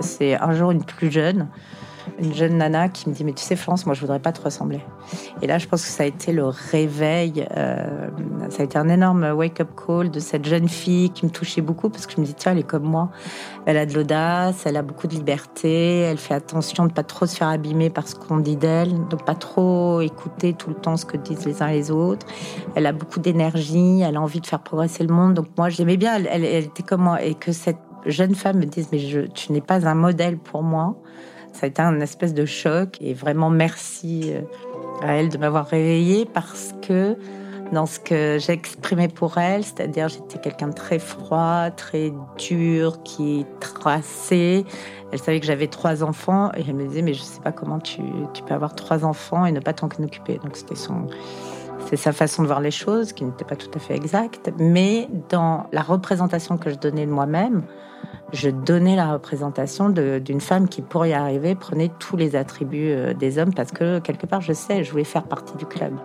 c'est un jour une plus jeune, une jeune nana qui me dit « Mais tu sais Florence, moi je voudrais pas te ressembler ». Et là, je pense que ça a été le réveil, ça a été un énorme wake-up call de cette jeune fille qui me touchait beaucoup parce que je me dis « Tiens, elle est comme moi, elle a de l'audace, elle a beaucoup de liberté, elle fait attention de pas trop se faire abîmer par ce qu'on dit d'elle, donc pas trop écouter tout le temps ce que disent les uns et les autres. Elle a beaucoup d'énergie, elle a envie de faire progresser le monde. Donc moi, j'aimais bien, elle était comme moi. Et que cette jeune femme me dise « Mais tu n'es pas un modèle pour moi », ça a été un espèce de choc. Et vraiment, merci à elle de m'avoir réveillée parce que dans ce que j'ai exprimé pour elle, c'est-à-dire j'étais quelqu'un de très froid, très dur, qui traçait. Elle savait que j'avais 3 enfants et elle me disait « Mais je sais pas comment tu peux avoir 3 enfants et ne pas t'en occuper ». Donc c'est sa façon de voir les choses, qui n'était pas tout à fait exacte. Mais dans la représentation que je donnais de moi-même, je donnais la représentation d'une femme qui, pour y arriver, prenait tous les attributs des hommes parce que, quelque part, je voulais faire partie du club.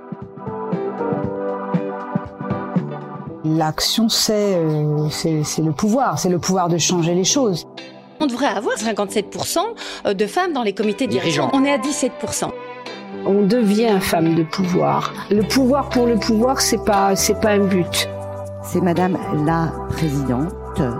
L'action, c'est le pouvoir de changer les choses. On devrait avoir 57% de femmes dans les comités dirigeants. On est à 17%. On devient femme de pouvoir. Le pouvoir pour le pouvoir, c'est pas un but. C'est Madame la Présidente.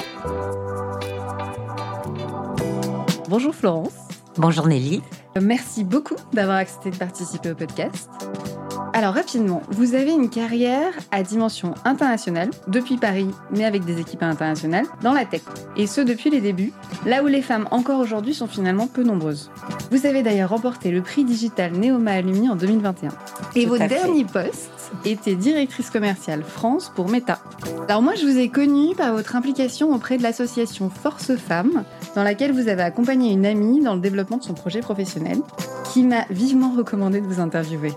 Bonjour Florence. Bonjour Nelly. Merci beaucoup d'avoir accepté de participer au podcast. Alors rapidement, vous avez une carrière à dimension internationale, depuis Paris, mais avec des équipes internationales, dans la tech. Et ce depuis les débuts, là où les femmes encore aujourd'hui sont finalement peu nombreuses. Vous avez d'ailleurs remporté le prix digital Neoma Alumni en 2021. Et votre dernier poste était directrice commerciale France pour Meta. Alors moi, je vous ai connue par votre implication auprès de l'association Force Femmes, dans laquelle vous avez accompagné une amie dans le développement de son projet professionnel, qui m'a vivement recommandé de vous interviewer.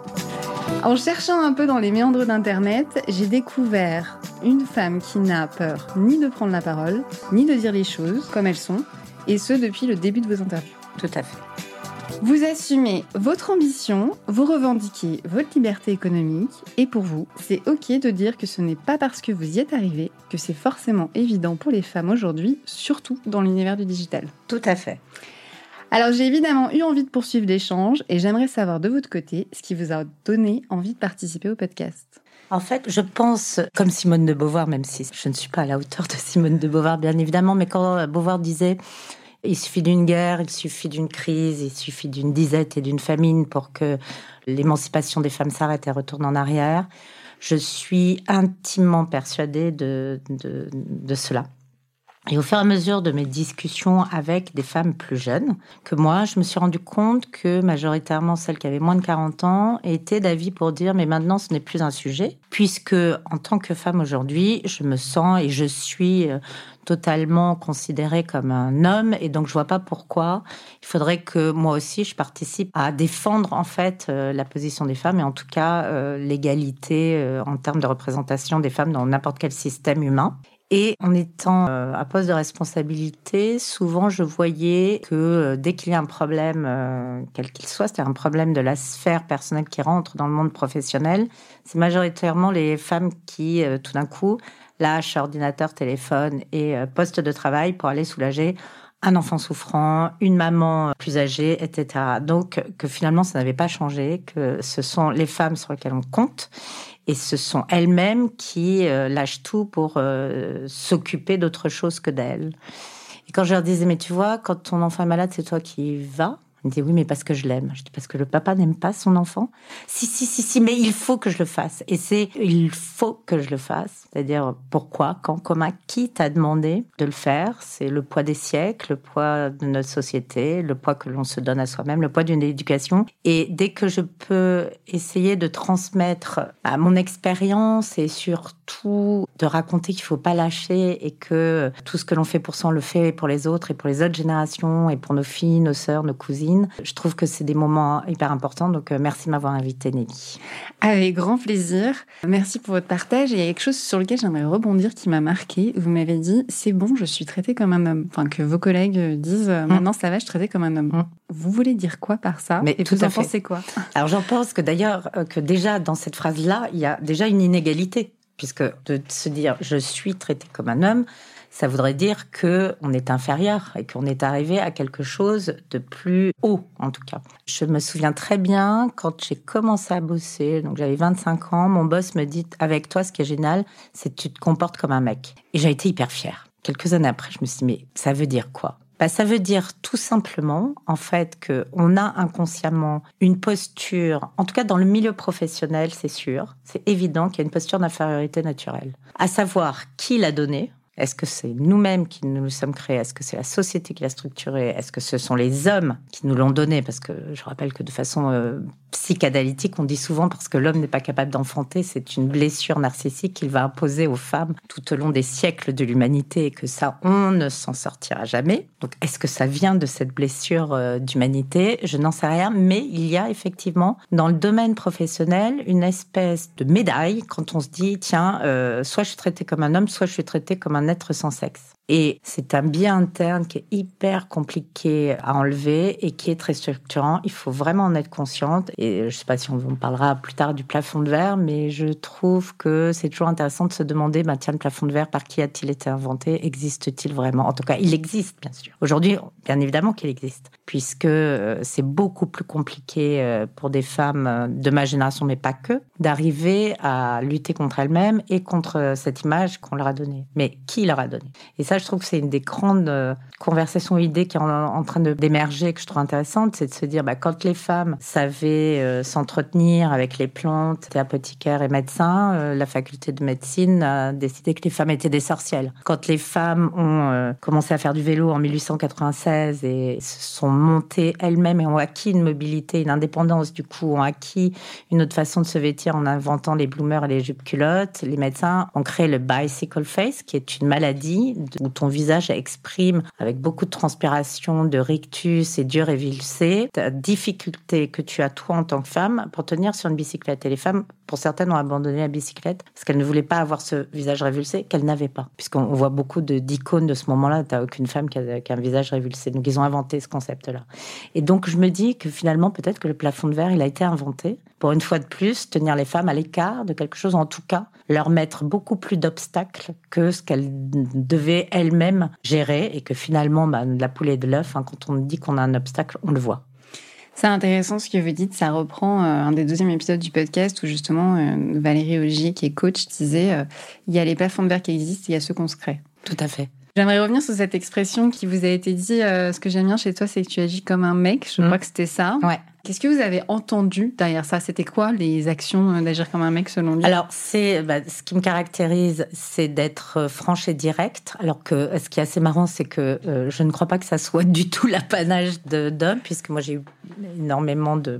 En cherchant un peu dans les méandres d'Internet, j'ai découvert une femme qui n'a peur ni de prendre la parole, ni de dire les choses comme elles sont, et ce depuis le début de vos interviews. Tout à fait. Vous assumez votre ambition, vous revendiquez votre liberté économique, et pour vous, c'est ok de dire que ce n'est pas parce que vous y êtes arrivé que c'est forcément évident pour les femmes aujourd'hui, surtout dans l'univers du digital. Tout à fait. Alors j'ai évidemment eu envie de poursuivre l'échange et j'aimerais savoir de votre côté ce qui vous a donné envie de participer au podcast. En fait, je pense, comme Simone de Beauvoir, même si je ne suis pas à la hauteur de Simone de Beauvoir, bien évidemment, mais quand Beauvoir disait « il suffit d'une guerre, il suffit d'une crise, il suffit d'une disette et d'une famine pour que l'émancipation des femmes s'arrête et retourne en arrière », je suis intimement persuadée de cela. Et au fur et à mesure de mes discussions avec des femmes plus jeunes que moi, je me suis rendu compte que majoritairement celles qui avaient moins de 40 ans étaient d'avis pour dire « mais maintenant ce n'est plus un sujet », puisque en tant que femme aujourd'hui, je me sens et je suis totalement considérée comme un homme et donc je vois pas pourquoi il faudrait que moi aussi je participe à défendre en fait la position des femmes et en tout cas l'égalité en termes de représentation des femmes dans n'importe quel système humain. Et en étant à poste de responsabilité, souvent je voyais que dès qu'il y a un problème, quel qu'il soit, c'est un problème de la sphère personnelle qui rentre dans le monde professionnel, c'est majoritairement les femmes qui, tout d'un coup, lâchent ordinateur, téléphone et poste de travail pour aller soulager un enfant souffrant, une maman plus âgée, etc. Donc que finalement ça n'avait pas changé, que ce sont les femmes sur lesquelles on compte. Et ce sont elles-mêmes qui lâchent tout pour s'occuper d'autre chose que d'elles. Et quand je leur disais, mais tu vois, quand ton enfant est malade, c'est toi qui y vas. Ils me disaient, oui, mais parce que je l'aime. Je dis, parce que le papa n'aime pas son enfant. Si, mais il faut que je le fasse. Et il faut que je le fasse. C'est-à-dire, pourquoi, quand, comment, qui t'a demandé de le faire? C'est le poids des siècles, le poids de notre société, le poids que l'on se donne à soi-même, le poids d'une éducation. Et dès que je peux essayer de transmettre mon expérience et surtout de raconter qu'il faut pas lâcher et que tout ce que l'on fait pour soi, on le fait pour les autres et pour les autres générations et pour nos filles, nos sœurs, nos cousines, je trouve que c'est des moments hyper importants. Donc, merci de m'avoir invitée, Nelly. Avec grand plaisir. Merci pour votre partage. Et il y a quelque chose sur lequel j'aimerais rebondir qui m'a marquée. Vous m'avez dit, c'est bon, je suis traitée comme un homme. Enfin, que vos collègues disent, maintenant ça va, je suis traitée comme un homme. Vous voulez dire quoi par ça? Mais et tout vous à en fait. pensez quoi? Alors, j'en pense que d'ailleurs, que déjà dans cette phrase-là, il y a déjà une inégalité. Puisque de se dire, je suis traitée comme un homme, ça voudrait dire qu'on est inférieur et qu'on est arrivé à quelque chose de plus haut, en tout cas. Je me souviens très bien, quand j'ai commencé à bosser, donc j'avais 25 ans, mon boss me dit, avec toi, ce qui est génial, c'est que tu te comportes comme un mec. Et j'ai été hyper fière. Quelques années après, je me suis dit, mais ça veut dire quoi ? Ça veut dire tout simplement, en fait, qu'on a inconsciemment une posture, en tout cas dans le milieu professionnel, c'est sûr, c'est évident qu'il y a une posture d'infériorité naturelle. À savoir qui l'a donnée. Est-ce que c'est nous-mêmes qui nous sommes créés ? Est-ce que c'est la société qui l'a structuré ? Est-ce que ce sont les hommes qui nous l'ont donné ? Parce que je rappelle que de façon psychanalytique, on dit souvent parce que l'homme n'est pas capable d'enfanter, c'est une blessure narcissique qu'il va imposer aux femmes tout au long des siècles de l'humanité et que ça, on ne s'en sortira jamais. Donc, est-ce que ça vient de cette blessure d'humanité ? Je n'en sais rien, mais il y a effectivement dans le domaine professionnel une espèce de médaille quand on se dit, tiens, soit je suis traitée comme un homme, soit je suis traitée comme un être sans sexe. Et c'est un biais interne qui est hyper compliqué à enlever et qui est très structurant. Il faut vraiment en être consciente. Et je ne sais pas si on parlera plus tard du plafond de verre, mais je trouve que c'est toujours intéressant de se demander, tiens, le plafond de verre, par qui a-t-il été inventé ? Existe-t-il vraiment ? En tout cas, il existe, bien sûr. Aujourd'hui, bien évidemment qu'il existe, puisque c'est beaucoup plus compliqué pour des femmes de ma génération, mais pas que, d'arriver à lutter contre elles-mêmes et contre cette image qu'on leur a donnée. Mais qui leur a donné ? Et ça, je trouve que c'est une des grandes conversations, idées qui est en train d'émerger, que je trouve intéressante, c'est de se dire, quand les femmes savaient s'entretenir avec les plantes, étaient apothicaires et médecins, la faculté de médecine a décidé que les femmes étaient des sorcières. Quand les femmes ont commencé à faire du vélo en 1896 et se sont montées elles-mêmes et ont acquis une mobilité, une indépendance, du coup, ont acquis une autre façon de se vêtir en inventant les bloomers et les jupes culottes, les médecins ont créé le bicycle face, qui est une maladie où ton visage exprime avec beaucoup de transpiration, de rictus et d'yeux révulsés, la difficulté que tu as toi en tant que femme pour tenir sur une bicyclette. Et les femmes, pour certaines, ont abandonné la bicyclette parce qu'elles ne voulaient pas avoir ce visage révulsé qu'elles n'avaient pas. Puisqu'on voit beaucoup d'icônes de ce moment-là, t'as aucune femme qui a un visage révulsé. Donc ils ont inventé ce concept-là. Et donc je me dis que finalement, peut-être que le plafond de verre, il a été inventé pour une fois de plus tenir les femmes à l'écart de quelque chose, en tout cas leur mettre beaucoup plus d'obstacles que ce qu'elles devaient elles-mêmes gérer, et que finalement, de la poule et de l'œuf, quand on dit qu'on a un obstacle, on le voit. C'est intéressant ce que vous dites, ça reprend un des deuxièmes épisodes du podcast où justement Valérie Augier, qui est coach, disait il y a les plafonds de verre qui existent, il y a ceux qu'on se crée. Tout à fait. J'aimerais revenir sur cette expression qui vous a été dit, ce que j'aime bien chez toi, c'est que tu agis comme un mec, je crois que c'était ça. Ouais. Qu'est-ce que vous avez entendu derrière ça ? C'était quoi les actions d'agir comme un mec selon lui ? Alors, ce qui me caractérise, c'est d'être franche et directe. Alors que ce qui est assez marrant, c'est que je ne crois pas que ça soit du tout l'apanage d'hommes, puisque moi j'ai eu énormément de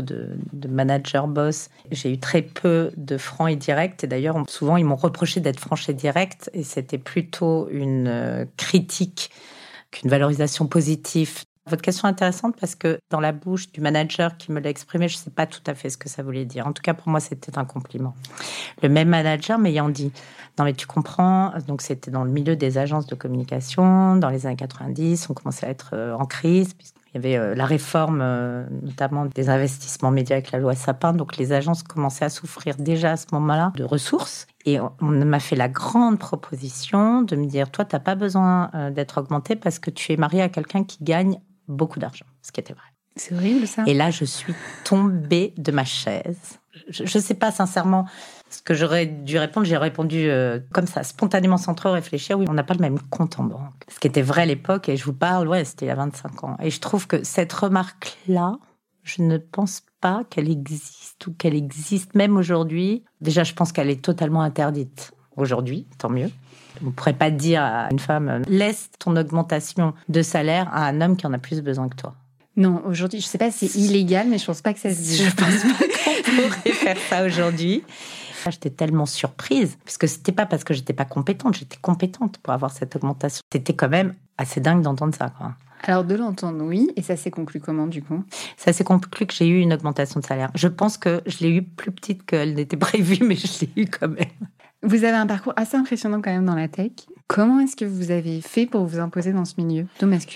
managers boss. J'ai eu très peu de francs et directs. Et d'ailleurs, souvent, ils m'ont reproché d'être franche et directe. Et c'était plutôt une critique qu'une valorisation positive. Votre question est intéressante parce que dans la bouche du manager qui me l'a exprimé, je ne sais pas tout à fait ce que ça voulait dire. En tout cas, pour moi, c'était un compliment. Le même manager m'ayant dit « Non, mais tu comprends », donc c'était dans le milieu des agences de communication, dans les années 90, on commençait à être en crise, puisqu'il y avait la réforme, notamment des investissements médias avec la loi Sapin, donc les agences commençaient à souffrir déjà à ce moment-là de ressources. Et on m'a fait la grande proposition de me dire « Toi, tu n'as pas besoin d'être augmenté parce que tu es marié à quelqu'un qui gagne beaucoup d'argent », ce qui était vrai. C'est horrible, ça. Et là, je suis tombée de ma chaise. Je ne sais pas sincèrement ce que j'aurais dû répondre. J'ai répondu comme ça, spontanément, sans trop réfléchir. Oui, on n'a pas le même compte en banque. Ce qui était vrai à l'époque, et je vous parle, c'était il y a 25 ans. Et je trouve que cette remarque-là, je ne pense pas qu'elle existe ou qu'elle existe même aujourd'hui. Déjà, je pense qu'elle est totalement interdite aujourd'hui, tant mieux. On ne pourrait pas dire à une femme « Laisse ton augmentation de salaire à un homme qui en a plus besoin que toi ». Non, aujourd'hui, je ne sais pas si c'est illégal, mais je ne pense pas que ça se dise. Je ne pense pas qu'on pourrait faire ça aujourd'hui. J'étais tellement surprise, parce que ce n'était pas parce que je n'étais pas compétente, j'étais compétente pour avoir cette augmentation. C'était quand même assez dingue d'entendre ça, quoi. Alors, de l'entendre, oui. Et ça s'est conclu comment, du coup ? Ça s'est conclu que j'ai eu une augmentation de salaire. Je pense que je l'ai eu plus petite qu'elle n'était prévue, mais je l'ai eu quand même. Vous avez un parcours assez impressionnant quand même dans la tech. Comment est-ce que vous avez fait pour vous imposer dans ce milieu plutôt masculin ?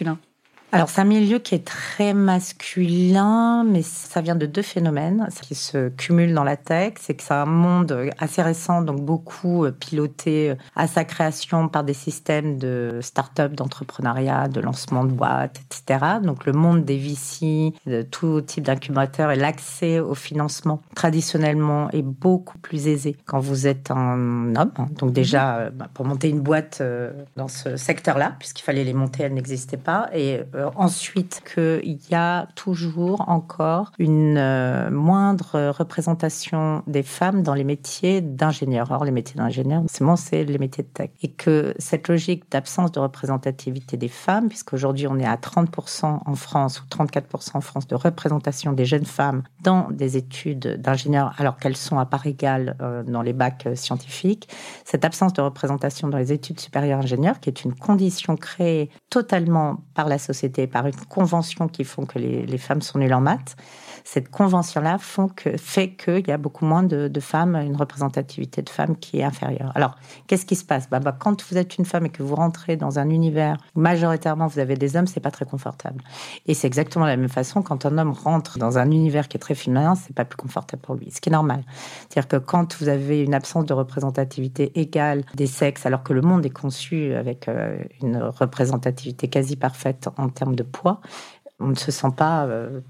Alors, c'est un milieu qui est très masculin, mais ça vient de 2 phénomènes qui se cumulent dans la tech. C'est que c'est un monde assez récent, donc beaucoup piloté à sa création par des systèmes de start-up, d'entrepreneuriat, de lancement de boîtes, etc. Donc, le monde des VC, de tout type d'incubateurs et l'accès au financement, traditionnellement, est beaucoup plus aisé quand vous êtes un homme. Donc, déjà, pour monter une boîte dans ce secteur-là, puisqu'il fallait les monter, elles n'existaient pas. Et ensuite, qu'il y a toujours encore une moindre représentation des femmes dans les métiers d'ingénieurs. Or, les métiers d'ingénieurs, c'est les métiers de tech. Et que cette logique d'absence de représentativité des femmes, puisqu'aujourd'hui on est à 30% en France ou 34% en France de représentation des jeunes femmes dans des études d'ingénieurs, alors qu'elles sont à part égale dans les bacs scientifiques, cette absence de représentation dans les études supérieures ingénieurs, qui est une condition créée totalement par la société, par une convention qui font que les femmes sont nulles en maths, cette convention-là fait qu'il y a beaucoup moins de femmes, une représentativité de femmes qui est inférieure. Alors, qu'est-ce qui se passe ? Quand vous êtes une femme et que vous rentrez dans un univers où majoritairement vous avez des hommes, c'est pas très confortable. Et c'est exactement de la même façon quand un homme rentre dans un univers qui est très féminin, c'est pas plus confortable pour lui, ce qui est normal. C'est-à-dire que quand vous avez une absence de représentativité égale des sexes, alors que le monde est conçu avec une représentativité quasi parfaite en termes de poids, on ne se sent pas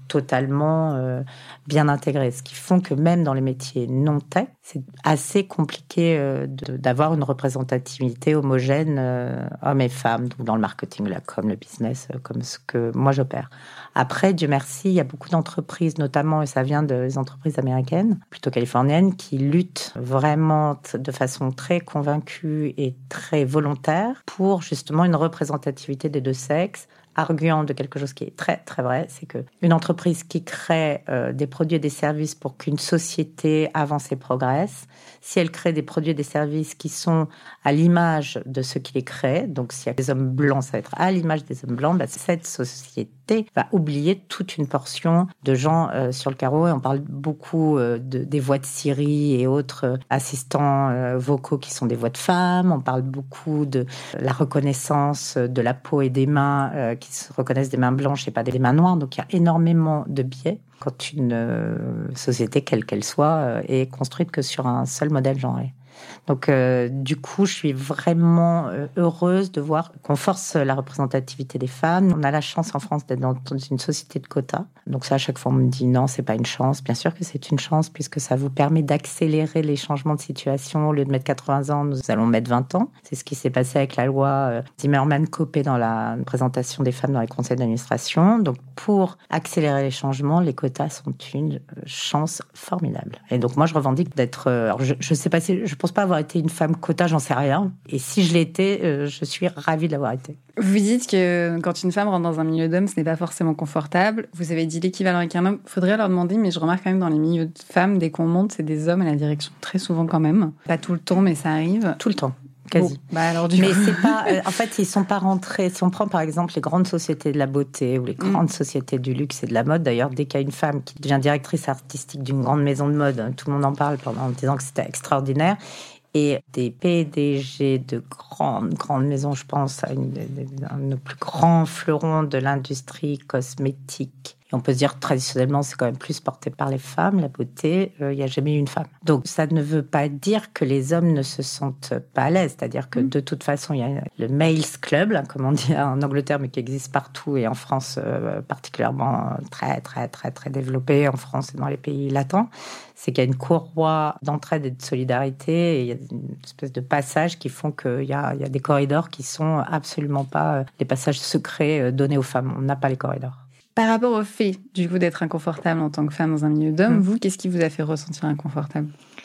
totalement bien intégré. Ce qui font que même dans les métiers non tech, c'est assez compliqué d'avoir une représentativité homogène hommes et femmes, donc dans le marketing, la com, le business, comme ce que moi j'opère. Après, Dieu merci, il y a beaucoup d'entreprises, notamment, et ça vient des entreprises américaines, plutôt californiennes, qui luttent vraiment de façon très convaincue et très volontaire pour justement une représentativité des deux sexes, arguant de quelque chose qui est très, très vrai, c'est qu'une entreprise qui crée des produits et des services pour qu'une société avance et progresse, si elle crée des produits et des services qui sont à l'image de ceux qui les créent, donc s'il y a des hommes blancs, ça va être à l'image des hommes blancs, cette société va oublier toute une portion de gens sur le carreau. Et on parle beaucoup des voix de Siri et autres assistants vocaux qui sont des voix de femmes. On parle beaucoup de la reconnaissance de la peau et des mains qui se reconnaissent des mains blanches et pas des mains noires. Donc il y a énormément de biais quand une société, quelle qu'elle soit, est construite que sur un seul modèle genré. Donc, du coup, je suis vraiment heureuse de voir qu'on force la représentativité des femmes. On a la chance en France d'être dans une société de quotas. Donc ça, à chaque fois, on me dit non, c'est pas une chance. Bien sûr que c'est une chance puisque ça vous permet d'accélérer les changements de situation. Au lieu de mettre 80 ans, nous allons mettre 20 ans. C'est ce qui s'est passé avec la loi Zimmermann-Copé dans la présentation des femmes dans les conseils d'administration. Donc, pour accélérer les changements, les quotas sont une chance formidable. Et donc, moi, je revendique d'être... alors, je sais pas si... Je pense pas avoir été une femme quota, j'en sais rien. Et si je l'ai été, je suis ravie de l'avoir été. Vous dites que quand une femme rentre dans un milieu d'hommes, ce n'est pas forcément confortable. Vous avez dit l'équivalent avec un homme. Faudrait leur demander, mais je remarque quand même dans les milieux de femmes, dès qu'on monte, c'est des hommes à la direction, très souvent quand même. Pas tout le temps, mais ça arrive. Tout le temps. Quasi. Bon, alors mais c'est pas. En fait, ils sont pas rentrés. Si on prend par exemple les grandes sociétés de la beauté ou les grandes sociétés du luxe et de la mode, d'ailleurs, dès qu'il y a une femme qui devient directrice artistique d'une grande maison de mode, tout le monde en parle en disant que c'était extraordinaire. Et des PDG de grandes maisons, je pense à un de nos plus grands fleurons de l'industrie cosmétique. Et on peut se dire, traditionnellement, c'est quand même plus porté par les femmes, la beauté. Il n'y a jamais eu une femme. Donc, ça ne veut pas dire que les hommes ne se sentent pas à l'aise. C'est-à-dire que, de toute façon, il y a le Males Club, là, comme on dit en Angleterre, mais qui existe partout, et en France, particulièrement très, très, très, très développé, en France et dans les pays latins. C'est qu'il y a une courroie d'entraide et de solidarité, et il y a une espèce de passages qui font qu'il y a des corridors qui sont absolument pas les passages secrets donnés aux femmes. On n'a pas les corridors. Par rapport au fait, du coup, d'être inconfortable en tant que femme dans un milieu d'hommes, vous, qu'est-ce qui vous a fait ressentir inconfortable ?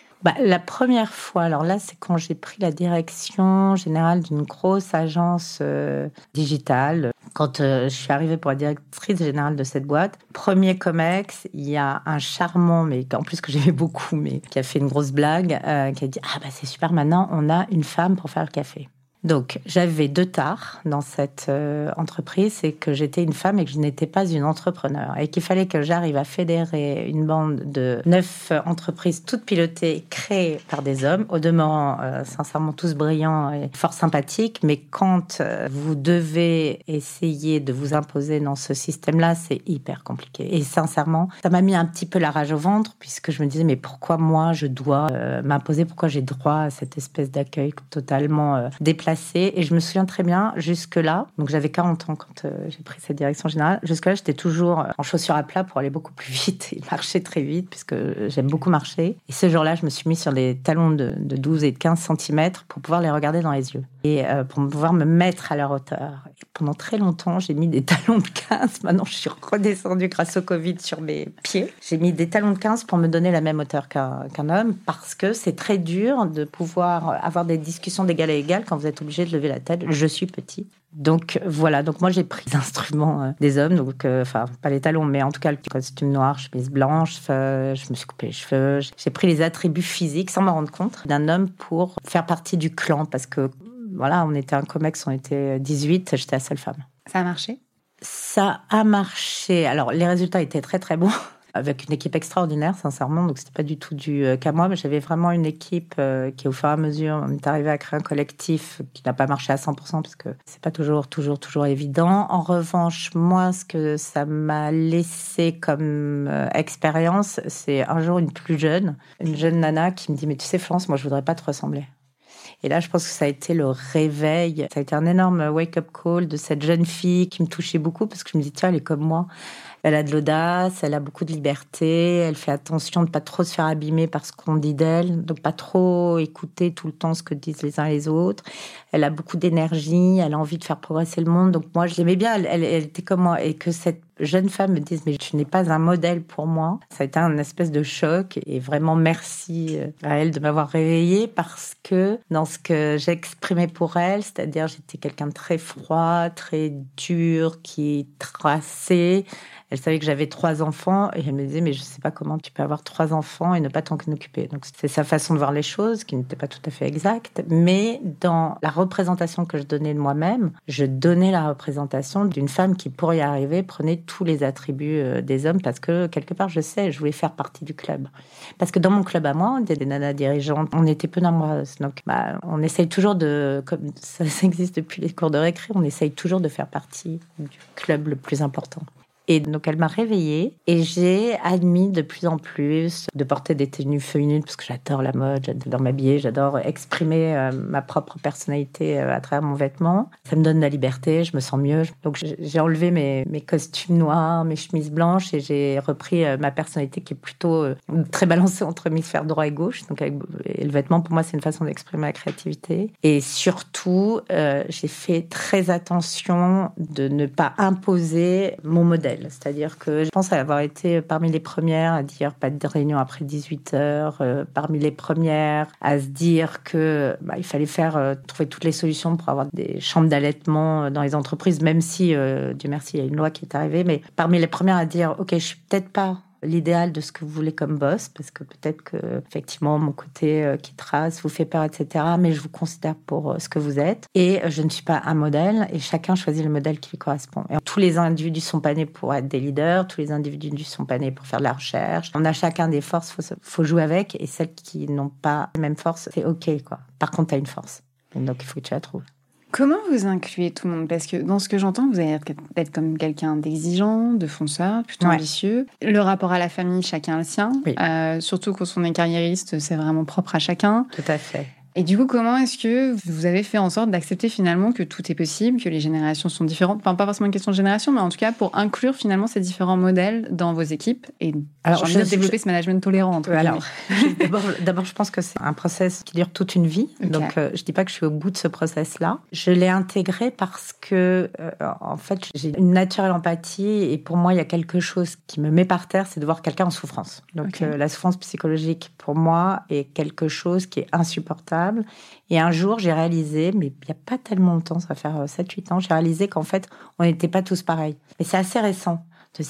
La première fois, alors là, c'est quand j'ai pris la direction générale d'une grosse agence digitale. Quand je suis arrivée pour la directrice générale de cette boîte, premier comex, il y a un charmant, mais en plus que j'aimais beaucoup, mais qui a fait une grosse blague, qui a dit « Ah bah c'est super, maintenant on a une femme pour faire le café ». Donc, j'avais 2 tares dans cette entreprise, c'est que j'étais une femme et que je n'étais pas une entrepreneur. Et qu'il fallait que j'arrive à fédérer une bande de 9 entreprises toutes pilotées, créées par des hommes, au demeurant, sincèrement, tous brillants et fort sympathiques. Mais quand vous devez essayer de vous imposer dans ce système-là, c'est hyper compliqué. Et sincèrement, ça m'a mis un petit peu la rage au ventre, puisque je me disais, mais pourquoi moi, je dois m'imposer? Pourquoi j'ai droit à cette espèce d'accueil totalement déplacé? Et je me souviens très bien, jusque-là, donc j'avais 40 ans quand j'ai pris cette direction générale, jusque-là, j'étais toujours en chaussures à plat pour aller beaucoup plus vite et marcher très vite, puisque j'aime beaucoup marcher. Et ce jour-là, je me suis mis sur des talons de 12 et de 15 cm pour pouvoir les regarder dans les yeux et pour pouvoir me mettre à leur hauteur. Et pendant très longtemps, j'ai mis des talons de 15. Maintenant, je suis redescendue grâce au Covid sur mes pieds. J'ai mis des talons de 15 pour me donner la même hauteur qu'un homme, parce que c'est très dur de pouvoir avoir des discussions d'égal à égal quand vous êtes obligé de lever la tête. Je suis petit. Donc voilà, donc moi j'ai pris l'instrument des hommes, donc enfin pas les talons, mais en tout cas le costume noir, chemise blanche, je me suis coupé les cheveux, j'ai pris les attributs physiques sans m'en rendre compte d'un homme pour faire partie du clan, parce que voilà, on était un comex, on était 18, j'étais la seule femme. Ça a marché ? Ça a marché. Alors les résultats étaient très très bons, avec une équipe extraordinaire, sincèrement. Donc, c'était pas du tout dû qu'à moi, mais j'avais vraiment une équipe qui, au fur et à mesure, on est arrivé à créer un collectif qui n'a pas marché à 100%, parce que c'est pas toujours évident. En revanche, moi, ce que ça m'a laissé comme expérience, c'est un jour une jeune nana qui me dit, mais tu sais, Florence, moi, je voudrais pas te ressembler. Et là, je pense que ça a été le réveil. Ça a été un énorme wake-up call de cette jeune fille qui me touchait beaucoup, parce que je me dis, tiens, elle est comme moi. Elle a de l'audace, elle a beaucoup de liberté, elle fait attention de pas trop se faire abîmer par ce qu'on dit d'elle, donc pas trop écouter tout le temps ce que disent les uns et les autres. Elle a beaucoup d'énergie, elle a envie de faire progresser le monde. Donc moi, je l'aimais bien, elle était comme moi. Et que cette jeune femme me dise, mais tu n'es pas un modèle pour moi, ça a été un espèce de choc. Et vraiment, merci à elle de m'avoir réveillée, parce que dans ce que j'exprimais pour elle, c'est-à-dire j'étais quelqu'un de très froid, très dur, qui traçait. Elle savait que j'avais 3 enfants et elle me disait, mais je ne sais pas comment tu peux avoir 3 enfants et ne pas t'en occuper. Donc c'est sa façon de voir les choses, qui n'était pas tout à fait exacte. Mais dans la représentation que je donnais de moi-même, je donnais la représentation d'une femme qui, pour y arriver, prenait tous les attributs des hommes, parce que quelque part, je voulais faire partie du club. Parce que dans mon club à moi, il y a des nanas dirigeantes, on était peu nombreuses. Donc on essaye toujours comme ça existe depuis les cours de récré, on essaye toujours de faire partie du club le plus important. Et donc, elle m'a réveillée et j'ai admis de plus en plus de porter des tenues féminines, parce que j'adore la mode, j'adore m'habiller, j'adore exprimer ma propre personnalité à travers mon vêtement. Ça me donne la liberté, je me sens mieux. Donc, j'ai enlevé mes costumes noirs, mes chemises blanches, et j'ai repris ma personnalité qui est plutôt très balancée entre l'hémisphère droit et gauche. Donc, et le vêtement, pour moi, c'est une façon d'exprimer ma créativité. Et surtout, j'ai fait très attention de ne pas imposer mon modèle. C'est-à-dire que je pense avoir été parmi les premières à dire pas de réunion après 18h, parmi les premières à se dire que il fallait trouver toutes les solutions pour avoir des chambres d'allaitement dans les entreprises, même si, Dieu merci, il y a une loi qui est arrivée, mais parmi les premières à dire, ok, je suis peut-être pas l'idéal de ce que vous voulez comme boss, parce que peut-être que effectivement mon côté qui trace vous fait peur, etc., mais je vous considère pour ce que vous êtes, et je ne suis pas un modèle, et chacun choisit le modèle qui lui correspond. Et tous les individus sont pas nés pour être des leaders, tous les individus sont pas nés pour faire de la recherche. On a chacun des forces, faut jouer avec, et celles qui n'ont pas les mêmes forces, c'est ok, quoi. Par contre, t'as une force, donc il faut que tu la trouves. Comment vous incluez tout le monde ? Parce que dans ce que j'entends, vous avez être comme quelqu'un d'exigeant, de fonceur, plutôt ambitieux. Le rapport à la famille, chacun le sien. Oui. Surtout quand on est carriériste, c'est vraiment propre à chacun. Tout à fait. Et du coup, comment est-ce que vous avez fait en sorte d'accepter finalement que tout est possible, que les générations sont différentes ? Enfin, pas forcément une question de génération, mais en tout cas pour inclure finalement ces différents modèles dans vos équipes et développer ce management tolérant. D'abord, je pense que c'est un process qui dure toute une vie. Okay. Donc, je dis pas que je suis au bout de ce process-là. Je l'ai intégré parce que, en fait, j'ai une naturelle empathie, et pour moi, il y a quelque chose qui me met par terre, c'est de voir quelqu'un en souffrance. Donc, la souffrance psychologique, pour moi, est quelque chose qui est insupportable. Et un jour, j'ai réalisé, mais il n'y a pas tellement longtemps, ça va faire 7-8 ans, j'ai réalisé qu'en fait, on n'était pas tous pareils. Et c'est assez récent de se dire,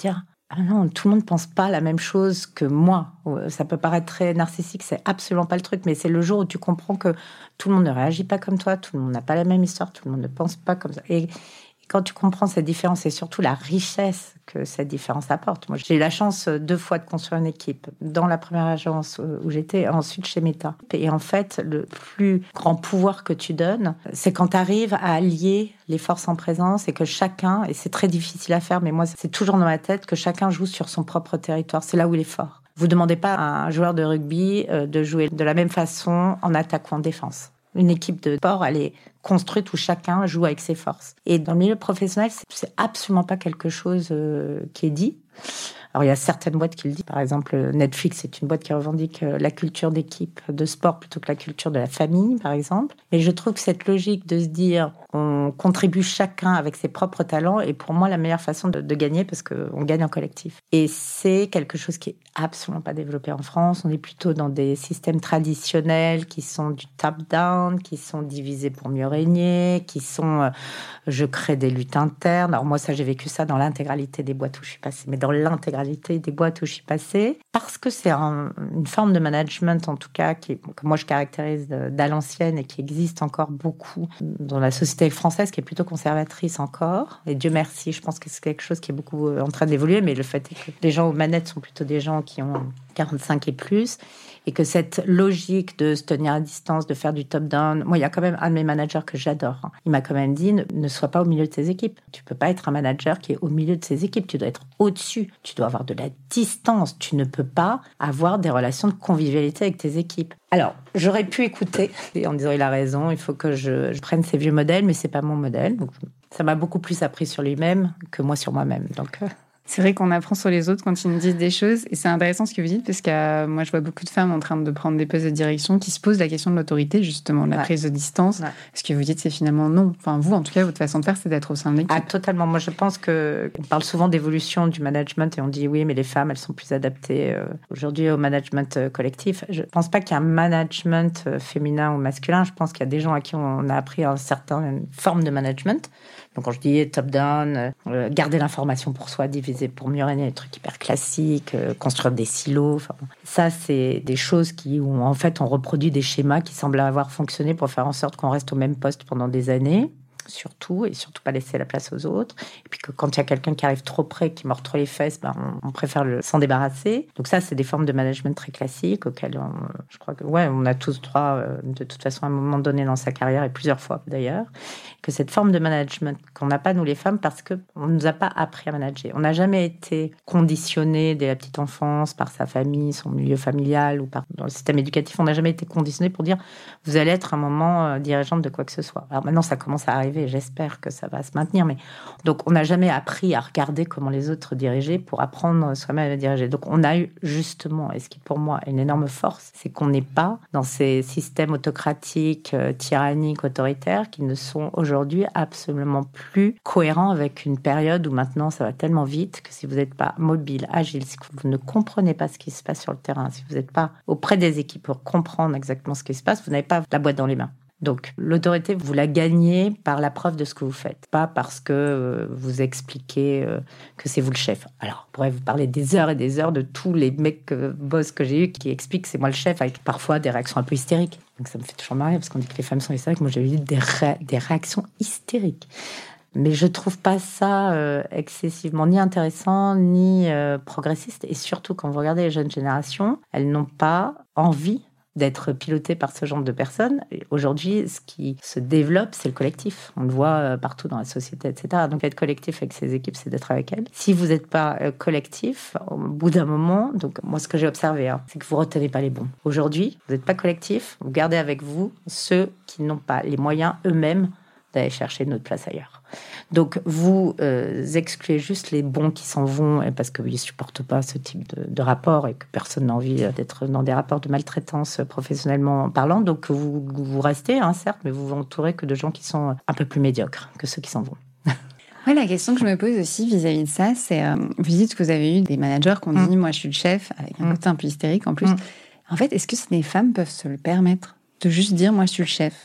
Ah non, tout le monde ne pense pas la même chose que moi. Ça peut paraître très narcissique, c'est absolument pas le truc, mais c'est le jour où tu comprends que tout le monde ne réagit pas comme toi, tout le monde n'a pas la même histoire, tout le monde ne pense pas comme ça. Et quand tu comprends cette différence et surtout la richesse que cette différence apporte. Moi, j'ai eu la chance 2 fois de construire une équipe dans la première agence où j'étais, ensuite chez Meta. Et en fait, le plus grand pouvoir que tu donnes, c'est quand tu arrives à allier les forces en présence et que chacun, et c'est très difficile à faire, mais moi, c'est toujours dans ma tête que chacun joue sur son propre territoire. C'est là où il est fort. Vous demandez pas à un joueur de rugby de jouer de la même façon en attaque ou en défense. Une équipe de sport, elle est construite où chacun joue avec ses forces. Et dans le milieu professionnel, c'est absolument pas quelque chose qui est dit. Alors, il y a certaines boîtes qui le disent. Par exemple, Netflix, c'est une boîte qui revendique la culture d'équipe de sport plutôt que la culture de la famille, par exemple. Et je trouve que cette logique de se dire on contribue chacun avec ses propres talents est pour moi la meilleure façon de gagner parce qu'on gagne en collectif. Et c'est quelque chose qui est absolument pas développé en France. On est plutôt dans des systèmes traditionnels qui sont du top-down, qui sont divisés pour mieux régner, qui sont je crée des luttes internes. Alors moi, ça, j'ai vécu ça dans l'intégralité des boîtes où je suis passée, mais dans l'intégralité des boîtes où je suis passée, parce que c'est une forme de management, en tout cas, que moi, je caractérise d'à l'ancienne et qui existe encore beaucoup dans la société française, qui est plutôt conservatrice encore. Et Dieu merci, je pense que c'est quelque chose qui est beaucoup en train d'évoluer, mais le fait est que les gens aux manettes sont plutôt des gens qui ont 45 et plus, et que cette logique de se tenir à distance, de faire du top-down... Moi, il y a quand même un de mes managers que j'adore. Il m'a quand même dit, ne sois pas au milieu de tes équipes. Tu peux pas être un manager qui est au milieu de ses équipes. Tu dois être au-dessus. Tu dois avoir de la distance. Tu ne peux pas avoir des relations de convivialité avec tes équipes. Alors, j'aurais pu écouter en disant, il a raison, il faut que je prenne ces vieux modèles, mais c'est pas mon modèle. Donc, ça m'a beaucoup plus appris sur lui-même que moi sur moi-même. Donc... C'est vrai qu'on apprend sur les autres quand ils nous disent des choses. Et c'est intéressant ce que vous dites, parce que moi, je vois beaucoup de femmes en train de prendre des postes de direction qui se posent la question de l'autorité, justement, de la prise de distance. Ouais. Ce que vous dites, c'est finalement non. Enfin, vous, en tout cas, votre façon de faire, c'est d'être au sein de l'équipe. Ah, totalement. Moi, je pense qu'on parle souvent d'évolution du management et on dit oui, mais les femmes, elles sont plus adaptées aujourd'hui au management collectif. Je ne pense pas qu'il y ait un management féminin ou masculin. Je pense qu'il y a des gens à qui on a appris une certaine forme de management. Donc, quand je dis top-down, garder l'information pour soi, diviser pour mieux régner, des trucs hyper classiques, construire des silos. Enfin, ça, c'est des choses où, en fait, on reproduit des schémas qui semblent avoir fonctionné pour faire en sorte qu'on reste au même poste pendant des années. Surtout, et surtout pas laisser la place aux autres. Et puis que quand il y a quelqu'un qui arrive trop près, qui mord trop les fesses, on préfère s'en débarrasser. Donc ça, c'est des formes de management très classiques auxquelles je crois que on a tous droit de toute façon à un moment donné dans sa carrière, et plusieurs fois d'ailleurs, que cette forme de management qu'on n'a pas nous les femmes parce qu'on ne nous a pas appris à manager. On n'a jamais été conditionné dès la petite enfance par sa famille, son milieu familial ou dans le système éducatif. On n'a jamais été conditionné pour dire vous allez être un moment dirigeante de quoi que ce soit. Alors maintenant, ça commence à arriver. J'espère que ça va se maintenir. Mais donc, on n'a jamais appris à regarder comment les autres dirigeaient pour apprendre soi-même à diriger. Donc, on a eu justement, et ce qui pour moi est une énorme force, c'est qu'on n'est pas dans ces systèmes autocratiques, tyranniques, autoritaires qui ne sont aujourd'hui absolument plus cohérents avec une période où maintenant ça va tellement vite que si vous n'êtes pas mobile, agile, si vous ne comprenez pas ce qui se passe sur le terrain, si vous n'êtes pas auprès des équipes pour comprendre exactement ce qui se passe, vous n'avez pas la boîte dans les mains. Donc, l'autorité, vous la gagnez par la preuve de ce que vous faites, pas parce que vous expliquez que c'est vous le chef. Alors, on pourrait vous parler des heures et des heures de tous les mecs boss que j'ai eus qui expliquent que c'est moi le chef, avec parfois des réactions un peu hystériques. Donc, ça me fait toujours marrer, parce qu'on dit que les femmes sont hystériques. Moi, j'ai eu des réactions hystériques. Mais je trouve pas ça excessivement ni intéressant, ni progressiste. Et surtout, quand vous regardez les jeunes générations, elles n'ont pas envie d'être pilotées par ce genre de personnes. Et aujourd'hui, ce qui se développe, c'est le collectif. On le voit partout dans la société, etc. Donc, être collectif avec ses équipes, c'est d'être avec elles. Si vous n'êtes pas collectif, au bout d'un moment, donc moi, ce que j'ai observé, c'est que vous ne retenez pas les bons. Aujourd'hui, vous n'êtes pas collectif, vous gardez avec vous ceux qui n'ont pas les moyens eux-mêmes d'aller chercher notre place ailleurs. Donc, vous excluez juste les bons qui s'en vont parce qu'ils ne supportent pas ce type de rapport et que personne n'a envie d'être dans des rapports de maltraitance professionnellement parlant. Donc, vous restez, certes, mais vous vous entourez que de gens qui sont un peu plus médiocres que ceux qui s'en vont. Ouais, la question que je me pose aussi vis-à-vis de ça, c'est, vous dites que vous avez eu des managers qui ont dit « moi, je suis le chef », avec un côté un peu hystérique en plus. En fait, est-ce que les femmes peuvent se le permettre de juste dire « moi, je suis le chef » ?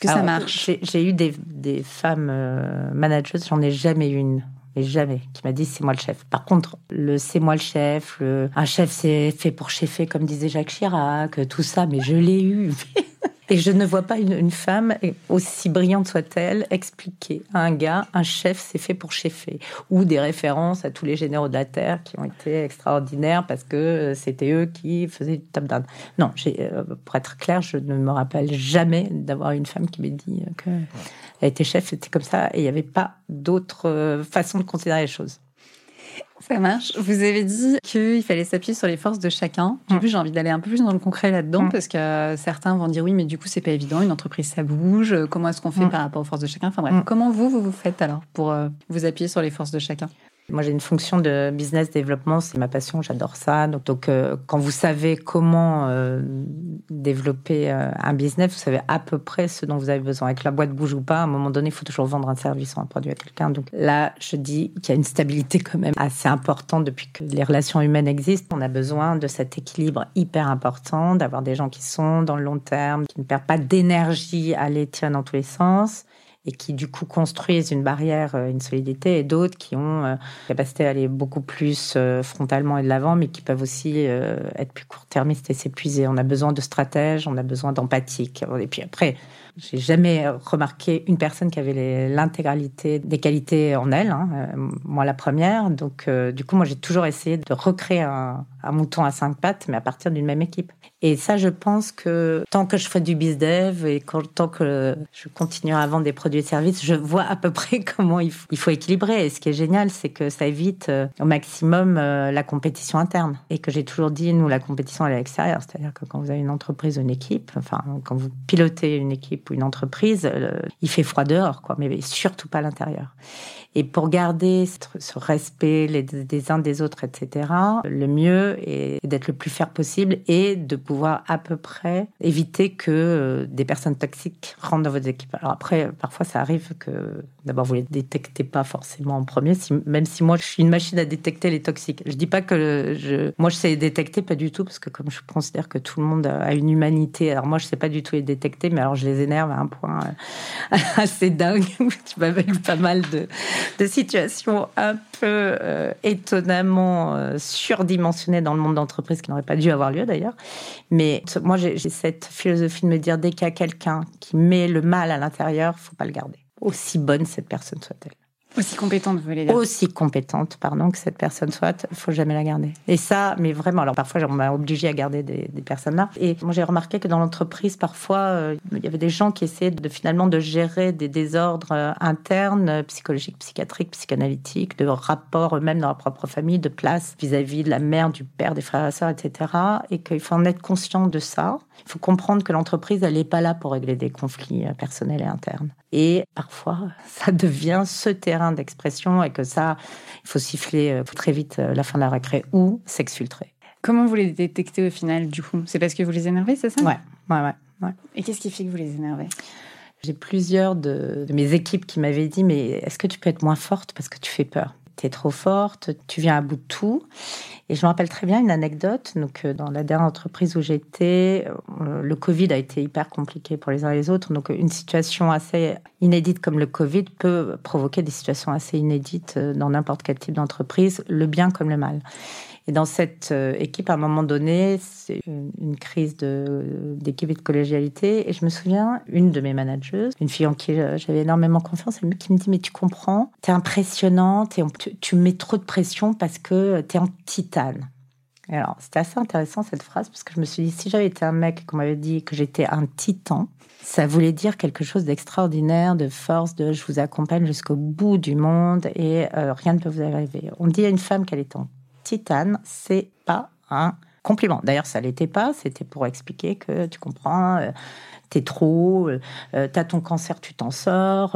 Est-ce que ça marche ? J'ai eu des femmes managers, j'en ai jamais eu une mais jamais, qui m'a dit c'est moi le chef. Par contre, le c'est moi le chef, un chef c'est fait pour chefer, comme disait Jacques Chirac, tout ça, mais je l'ai eu. Et je ne vois pas une femme, aussi brillante soit-elle, expliquer à un gars, un chef, c'est fait pour chefer. Ou des références à tous les généraux de la Terre qui ont été extraordinaires parce que c'était eux qui faisaient du top-down. Non, pour être clair, je ne me rappelle jamais d'avoir une femme qui m'ait dit qu'elle était chef, c'était comme ça, et il n'y avait pas d'autre façon de considérer les choses. Ça marche. Vous avez dit qu'il fallait s'appuyer sur les forces de chacun. Du coup, j'ai envie d'aller un peu plus dans le concret là-dedans, parce que certains vont dire oui, mais du coup, c'est pas évident. Une entreprise, ça bouge. Comment est-ce qu'on fait par rapport aux forces de chacun? Enfin bref, comment vous faites alors pour vous appuyer sur les forces de chacun? Moi, j'ai une fonction de business développement, c'est ma passion, j'adore ça. Donc quand vous savez comment développer un business, vous savez à peu près ce dont vous avez besoin. Avec la boîte bouge ou pas, à un moment donné, il faut toujours vendre un service ou un produit à quelqu'un. Donc là, je dis qu'il y a une stabilité quand même assez importante depuis que les relations humaines existent. On a besoin de cet équilibre hyper important, d'avoir des gens qui sont dans le long terme, qui ne perdent pas d'énergie à aller tirer dans tous les sens, et qui, du coup, construisent une barrière, une solidité, et d'autres qui ont la capacité à aller beaucoup plus frontalement et de l'avant, mais qui peuvent aussi être plus court-termistes et s'épuiser. On a besoin de stratèges, on a besoin d'empathiques. Et puis après, j'ai jamais remarqué une personne qui avait l'intégralité des qualités en elle, moi la première. Donc, du coup, moi, j'ai toujours essayé de recréer un mouton à 5 pattes, mais à partir d'une même équipe. Et ça, je pense que tant que je ferai du bizdev et tant que je continuerai à vendre des produits et services, je vois à peu près comment il faut équilibrer. Et ce qui est génial, c'est que ça évite au maximum la compétition interne. Et que j'ai toujours dit, nous, la compétition, elle est à l'extérieur. C'est-à-dire que quand vous avez une entreprise ou une équipe, enfin, quand vous pilotez une équipe ou une entreprise, il fait froid dehors, quoi, mais surtout pas à l'intérieur. Et pour garder ce respect des uns des autres, etc., le mieux est d'être le plus fair possible et de pouvoir à peu près éviter que des personnes toxiques rentrent dans votre équipe. Alors après, parfois, ça arrive que d'abord, vous les détectez pas forcément en premier, même si moi, je suis une machine à détecter les toxiques. Je dis pas que moi, je sais les détecter, pas du tout, parce que comme je considère que tout le monde a une humanité, alors moi, je sais pas du tout les détecter, mais alors je les énerve à un point assez dingue. Tu m'avais eu pas mal de situations un peu étonnamment surdimensionnées dans le monde d'entreprise qui n'auraient pas dû avoir lieu d'ailleurs. Mais moi, j'ai cette philosophie de me dire, dès qu'il y a quelqu'un qui met le mal à l'intérieur, faut pas le garder. Aussi bonne cette personne soit-elle. Aussi compétente, vous voulez dire. Aussi compétente, pardon, que cette personne soit, il faut jamais la garder. Et ça, mais vraiment, alors parfois, on m'a obligée à garder des personnes là. Et moi, j'ai remarqué que dans l'entreprise, parfois, il y avait des gens qui essayaient finalement de gérer des désordres internes, psychologiques, psychiatriques, psychanalytiques, de rapports eux-mêmes dans leur propre famille, de place vis-à-vis de la mère, du père, des frères et sœurs, etc. Et qu'il faut en être conscient de ça. Il faut comprendre que l'entreprise, elle n'est pas là pour régler des conflits personnels et internes. Et parfois, ça devient ce terrain d'expression et que ça, il faut siffler très vite la fin de la récré ou s'exfiltrer. Comment vous les détectez au final, du coup? C'est parce que vous les énervez, c'est ça? Ouais. Et qu'est-ce qui fait que vous les énervez? J'ai plusieurs de mes équipes qui m'avaient dit « Mais est-ce que tu peux être moins forte parce que tu fais peur ? T'es trop forte, tu viens à bout de tout. » Et je me rappelle très bien une anecdote. Donc, dans la dernière entreprise où j'étais, le Covid a été hyper compliqué pour les uns et les autres. Donc, une situation assez inédite comme le Covid peut provoquer des situations assez inédites dans n'importe quel type d'entreprise, le bien comme le mal. Et dans cette équipe, à un moment donné, c'est une crise d'équipe et de collégialité. Et je me souviens, une de mes managers, une fille en qui j'avais énormément confiance, elle qui me dit « Mais tu comprends, t'es impressionnante, tu mets trop de pression parce que t'es en titane. » Et alors, c'était assez intéressant cette phrase, parce que je me suis dit, si j'avais été un mec qu'on m'avait dit que j'étais un titan, ça voulait dire quelque chose d'extraordinaire, de force, de je vous accompagne jusqu'au bout du monde et rien ne peut vous arriver. On dit à une femme qu'elle est en titane, c'est pas un compliment. D'ailleurs, ça l'était pas, c'était pour expliquer que tu comprends, t'es trop, t'as ton cancer, tu t'en sors,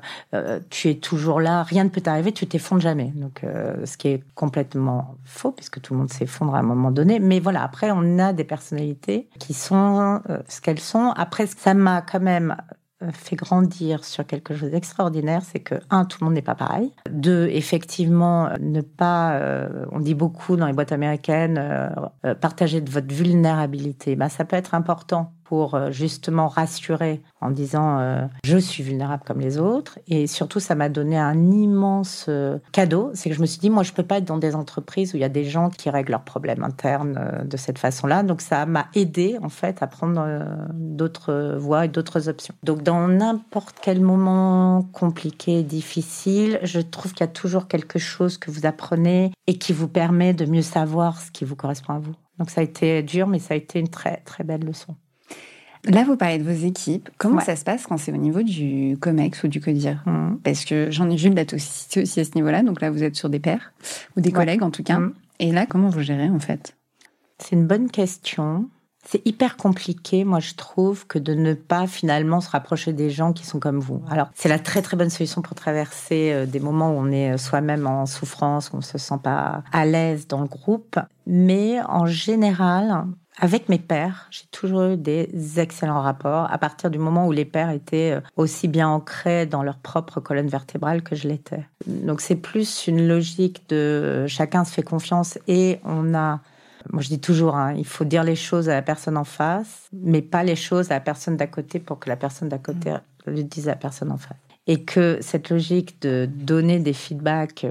tu es toujours là, rien ne peut t'arriver, tu t'effondres jamais. Donc, ce qui est complètement faux, puisque tout le monde s'effondre à un moment donné. Mais voilà, après, on a des personnalités qui sont ce qu'elles sont. Après, ça m'a quand même fait grandir sur quelque chose d'extraordinaire, c'est que, 1, tout le monde n'est pas pareil. 2, effectivement, ne pas, on dit beaucoup dans les boîtes américaines, partager de votre vulnérabilité. Ça peut être important pour justement rassurer en disant je suis vulnérable comme les autres. Et surtout, ça m'a donné un immense cadeau. C'est que je me suis dit, moi, je peux pas être dans des entreprises où il y a des gens qui règlent leurs problèmes internes de cette façon-là. Donc, ça m'a aidé, en fait, à prendre d'autres voies et d'autres options. Donc, dans n'importe quel moment compliqué, difficile, je trouve qu'il y a toujours quelque chose que vous apprenez et qui vous permet de mieux savoir ce qui vous correspond à vous. Donc, ça a été dur, mais ça a été une très, très belle leçon. Là, vous parlez de vos équipes. Comment ça se passe quand c'est au niveau du COMEX ou du CODIR ? Parce que j'en ai vu de la toxicité aussi à ce niveau-là. Donc là, vous êtes sur des pairs ou des collègues en tout cas. Et là, comment vous gérez en fait ? C'est une bonne question. C'est hyper compliqué, moi, je trouve, que de ne pas finalement se rapprocher des gens qui sont comme vous. Alors, c'est la très, très bonne solution pour traverser des moments où on est soi-même en souffrance, où on ne se sent pas à l'aise dans le groupe. Mais en général, avec mes pairs, j'ai toujours eu des excellents rapports à partir du moment où les pairs étaient aussi bien ancrés dans leur propre colonne vertébrale que je l'étais. Donc, c'est plus une logique de chacun se fait confiance et on a... Moi, je dis toujours, il faut dire les choses à la personne en face, mais pas les choses à la personne d'à côté pour que la personne d'à côté le dise à la personne en face. Et que cette logique de donner des feedbacks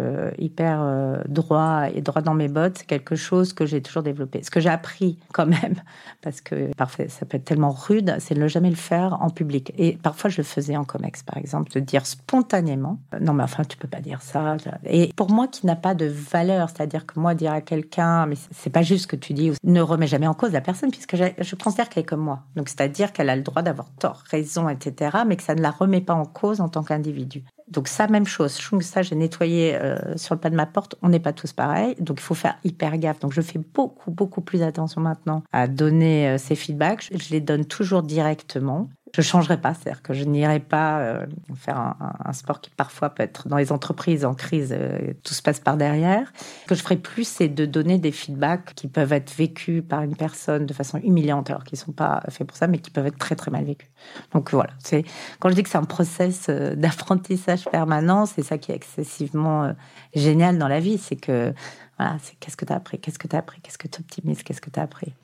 hyper droits et droits dans mes bottes, c'est quelque chose que j'ai toujours développé. Ce que j'ai appris quand même, parce que parfois ça peut être tellement rude, c'est de ne jamais le faire en public. Et parfois je le faisais en COMEX, par exemple, de dire spontanément « Non mais enfin tu peux pas dire ça ». Et pour moi qui n'a pas de valeur, c'est-à-dire que moi dire à quelqu'un « Mais c'est pas juste ce que tu dis », ne remet jamais en cause la personne, puisque je considère qu'elle est comme moi. Donc c'est-à-dire qu'elle a le droit d'avoir tort, raison, etc., mais que ça ne la remet pas en cause en tant qu'individu. Donc ça, même chose. Ça, j'ai nettoyé sur le pas de ma porte. On n'est pas tous pareils, donc il faut faire hyper gaffe. Donc je fais beaucoup plus attention maintenant à donner ces feedbacks. Je les donne toujours directement. Je ne changerai pas, c'est-à-dire que je n'irai pas faire un sport qui parfois peut être dans les entreprises en crise, tout se passe par derrière. Ce que je ferai plus, c'est de donner des feedbacks qui peuvent être vécus par une personne de façon humiliante, alors qu'ils ne sont pas faits pour ça, mais qui peuvent être très très mal vécus. Donc voilà, quand je dis que c'est un process d'apprentissage permanent, c'est ça qui est excessivement génial dans la vie, c'est que voilà, c'est qu'est-ce que tu as appris, qu'est-ce que tu optimises, qu'est-ce que tu as appris.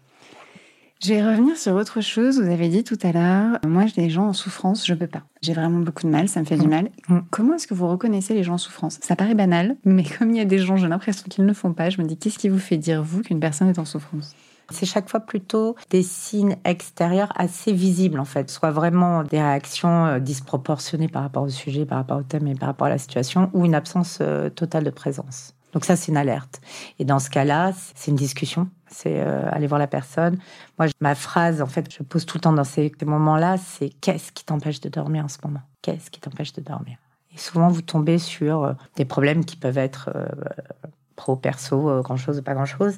Je vais revenir sur autre chose. Vous avez dit tout à l'heure, moi, j'ai des gens en souffrance, je peux pas. J'ai vraiment beaucoup de mal, ça me fait du mal. Comment est-ce que vous reconnaissez les gens en souffrance ? Ça paraît banal, mais comme il y a des gens, j'ai l'impression qu'ils ne le font pas, je me dis, qu'est-ce qui vous fait dire, vous, qu'une personne est en souffrance ? C'est chaque fois plutôt des signes extérieurs assez visibles, en fait. Soit vraiment des réactions disproportionnées par rapport au sujet, par rapport au thème et par rapport à la situation, ou une absence totale de présence. Donc ça, c'est une alerte. Et dans ce cas-là, c'est une discussion. C'est aller voir la personne. Moi, ma phrase, en fait, je pose tout le temps dans ces moments-là, c'est « Qu'est-ce qui t'empêche de dormir en ce moment ? Qu'est-ce qui t'empêche de dormir ?» Et souvent, vous tombez sur des problèmes qui peuvent être pro, perso, grand-chose ou pas grand-chose.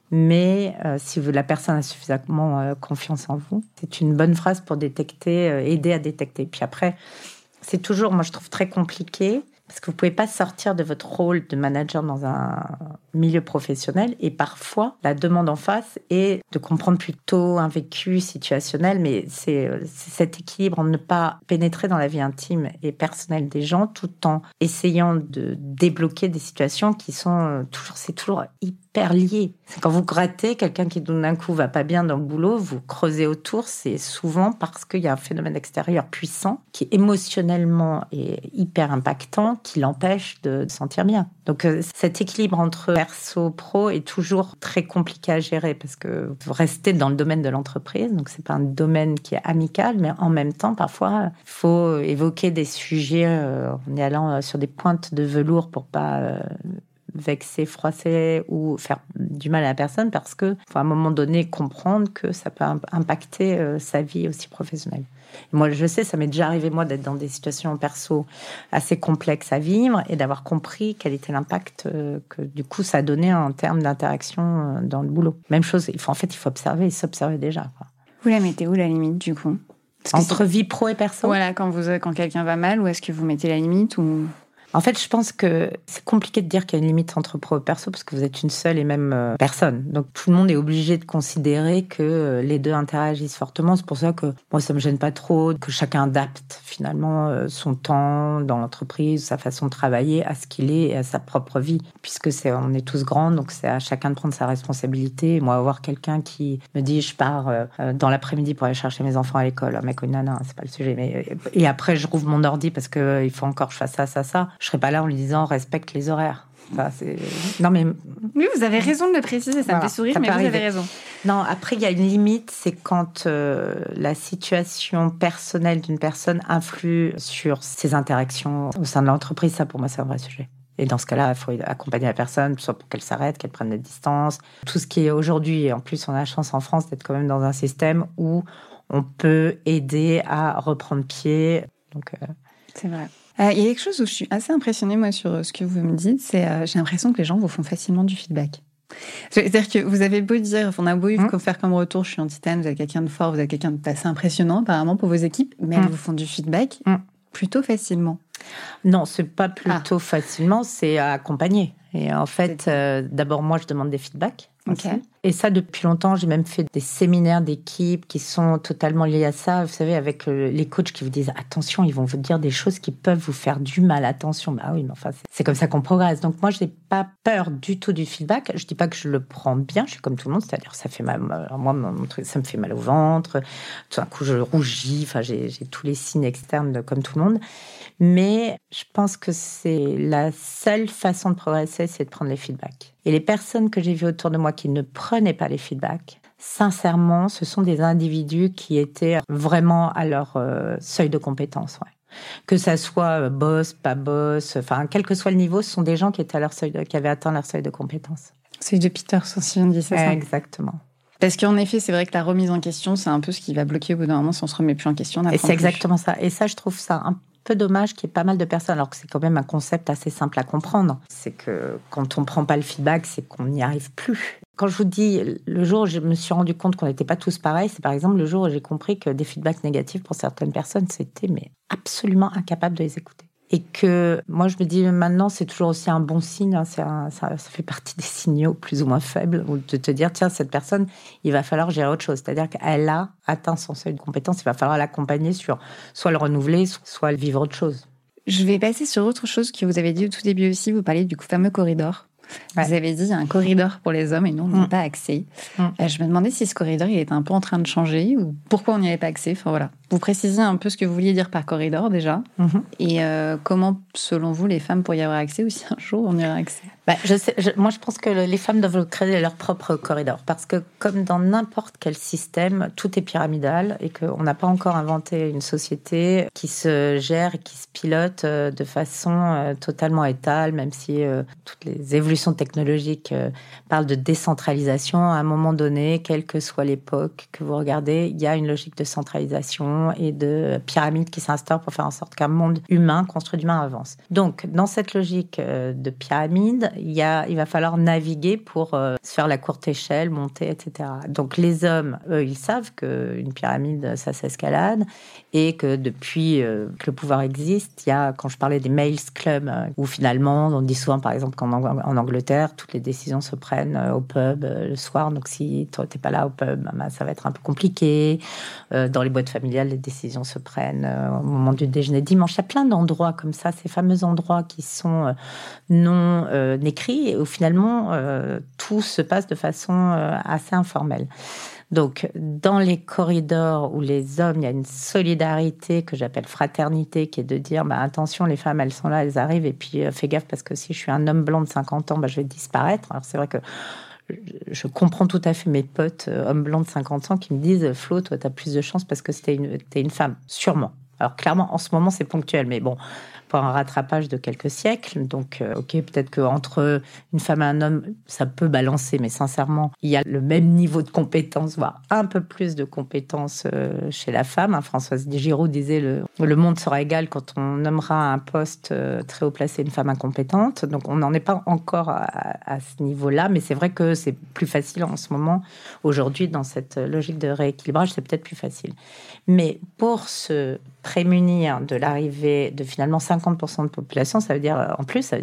Mais si la personne a suffisamment confiance en vous, c'est une bonne phrase pour détecter, aider à détecter. Puis après, c'est toujours, moi, je trouve très compliqué. Parce que vous ne pouvez pas sortir de votre rôle de manager dans un milieu professionnel. Et parfois, la demande en face est de comprendre plutôt un vécu situationnel. Mais c'est cet équilibre en ne pas pénétrer dans la vie intime et personnelle des gens tout en essayant de débloquer des situations qui sont toujours hyper liées. C'est quand vous grattez quelqu'un qui d'un coup va pas bien dans le boulot, vous creusez autour, c'est souvent parce qu'il y a un phénomène extérieur puissant qui émotionnellement est hyper impactant, qui l'empêche de se sentir bien. Donc cet équilibre entre perso, pro est toujours très compliqué à gérer parce que vous restez dans le domaine de l'entreprise, donc c'est pas un domaine qui est amical, mais en même temps, parfois, il faut évoquer des sujets en y allant sur des pointes de velours pour pas vexer, froisser ou faire du mal à la personne parce que faut à un moment donné comprendre que ça peut impacter sa vie aussi professionnelle. Et moi, je sais, ça m'est déjà arrivé moi d'être dans des situations perso assez complexes à vivre et d'avoir compris quel était l'impact que du coup ça donnait en termes d'interaction dans le boulot. Même chose, il faut observer et s'observer déjà, quoi. Vous la mettez où la limite du coup ? Entre vie pro et perso ? Voilà, quand quelqu'un va mal, où est-ce que vous mettez la limite ou... En fait, je pense que c'est compliqué de dire qu'il y a une limite entre pro et perso parce que vous êtes une seule et même personne. Donc, tout le monde est obligé de considérer que les deux interagissent fortement. C'est pour ça que moi, ça me gêne pas trop que chacun adapte finalement son temps dans l'entreprise, sa façon de travailler à ce qu'il est et à sa propre vie. Puisque on est tous grands, donc c'est à chacun de prendre sa responsabilité. Moi, avoir quelqu'un qui me dit je pars dans l'après-midi pour aller chercher mes enfants à l'école, un mec ou une nana, c'est pas le sujet. Et après, je rouvre mon ordi parce qu'il faut encore que je fasse ça. Je serais pas là en lui disant respecte les horaires. Enfin, non mais oui, vous avez raison de le préciser. Ça me fait sourire, mais vous avez raison. Non, après il y a une limite, c'est quand la situation personnelle d'une personne influe sur ses interactions au sein de l'entreprise. Ça, pour moi, c'est un vrai sujet. Et dans ce cas-là, il faut accompagner la personne, soit pour qu'elle s'arrête, qu'elle prenne des distances. Tout ce qui est aujourd'hui, et en plus, on a la chance en France d'être quand même dans un système où on peut aider à reprendre pied. Donc, c'est vrai. Il y a quelque chose où je suis assez impressionnée, moi, sur ce que vous me dites, c'est j'ai l'impression que les gens vous font facilement du feedback. C'est-à-dire que vous avez beau dire, on a beau faire comme retour, je suis en titane, vous êtes quelqu'un de fort, vous êtes quelqu'un d'assez impressionnant, apparemment, pour vos équipes, mais elles vous font du feedback plutôt facilement. Non, c'est pas plutôt facilement, c'est à accompagner. Et en fait, d'abord, moi, je demande des feedbacks. Okay. Et ça, depuis longtemps, j'ai même fait des séminaires d'équipe qui sont totalement liés à ça. Vous savez, avec les coachs qui vous disent « Attention, ils vont vous dire des choses qui peuvent vous faire du mal. Attention. » Bah oui, mais enfin, c'est comme ça qu'on progresse. Donc moi, je n'ai pas peur du tout du feedback. Je dis pas que je le prends bien. Je suis comme tout le monde. C'est-à-dire, ça fait mal. Moi, mon truc, ça me fait mal au ventre. Tout d'un coup, je rougis. Enfin, j'ai tous les signes externes comme tout le monde. Mais je pense que c'est la seule façon de progresser, c'est de prendre les feedbacks. Et les personnes que j'ai vues autour de moi qui ne prenaient pas les feedbacks, sincèrement, ce sont des individus qui étaient vraiment à leur seuil de compétence. Ouais. Que ça soit boss, pas boss, enfin, quel que soit le niveau, ce sont des gens qui étaient à leur qui avaient atteint leur seuil de compétence. Seuil de Peterson, si on dit ça. Exactement. Parce qu'en effet, c'est vrai que la remise en question, c'est un peu ce qui va bloquer au bout d'un moment si on se remet plus en question. Et c'est exactement ça. Et ça, je trouve ça un peu dommage qu'il y ait pas mal de personnes, alors que c'est quand même un concept assez simple à comprendre. C'est que quand on prend pas le feedback, c'est qu'on n'y arrive plus. Quand je vous dis, le jour où je me suis rendu compte qu'on n'était pas tous pareils, c'est par exemple le jour où j'ai compris que des feedbacks négatifs pour certaines personnes, c'était absolument incapable de les écouter. Et que moi, je me dis maintenant, c'est toujours aussi un bon signe, hein, ça fait partie des signaux plus ou moins faibles, de te dire, tiens, cette personne, il va falloir gérer autre chose. C'est-à-dire qu'elle a atteint son seuil de compétence, il va falloir l'accompagner sur soit le renouveler, soit le vivre autre chose. Je vais passer sur autre chose que vous avez dit au tout début aussi, vous parlez du fameux corridor. Ouais. Vous avez dit, il y a un corridor pour les hommes et nous, on n'y a pas accès. Je me demandais si ce corridor, il était un peu en train de changer ou pourquoi on n'y avait pas accès. Enfin, voilà. Vous précisez un peu ce que vous vouliez dire par corridor, déjà. Et comment, selon vous, les femmes pourraient y avoir accès ou si un jour on y aura accès? Moi, je pense que les femmes doivent créer leur propre corridor parce que, comme dans n'importe quel système, tout est pyramidal et qu'on n'a pas encore inventé une société qui se gère et qui se pilote de façon totalement étale, même si toutes les évolutions technologiques parlent de décentralisation. À un moment donné, quelle que soit l'époque que vous regardez, il y a une logique de centralisation et de pyramide qui s'instaure pour faire en sorte qu'un monde humain, construit d'humain, avance. Donc, dans cette logique de pyramide, il va falloir naviguer pour se faire la courte échelle, monter, etc. Donc, les hommes, eux, ils savent qu'une pyramide, ça s'escalade et que depuis que le pouvoir existe, il y a, quand je parlais des males clubs, où finalement, on dit souvent, par exemple, qu'en Angleterre, toutes les décisions se prennent au pub le soir. Donc, si toi, t'es pas là au pub, ça va être un peu compliqué. Dans les boîtes familiales, les décisions se prennent au moment du déjeuner dimanche. Il y a plein d'endroits comme ça, ces fameux endroits qui sont non écrits et où finalement tout se passe de façon assez informelle. Donc, dans les corridors où les hommes, il y a une solidarité que j'appelle fraternité, qui est de dire, attention, les femmes, elles sont là, elles arrivent, et puis fais gaffe parce que si je suis un homme blanc de 50 ans, je vais disparaître. Alors, c'est vrai que je comprends tout à fait mes potes hommes blancs de 50 ans qui me disent « Flo, toi, t'as plus de chance parce que t'es une femme. » Sûrement. Alors, clairement, en ce moment, c'est ponctuel, mais bon, pour un rattrapage de quelques siècles. Donc, ok, peut-être qu'entre une femme et un homme, ça peut balancer, mais sincèrement, il y a le même niveau de compétence, voire un peu plus de compétence chez la femme. Françoise Giroud disait le monde sera égal quand on nommera à un poste très haut placé une femme incompétente. Donc, on n'en est pas encore à ce niveau-là, mais c'est vrai que c'est plus facile en ce moment. Aujourd'hui, dans cette logique de rééquilibrage, c'est peut-être plus facile. Mais pour se prémunir de l'arrivée de finalement 50% 50% de population, ça veut dire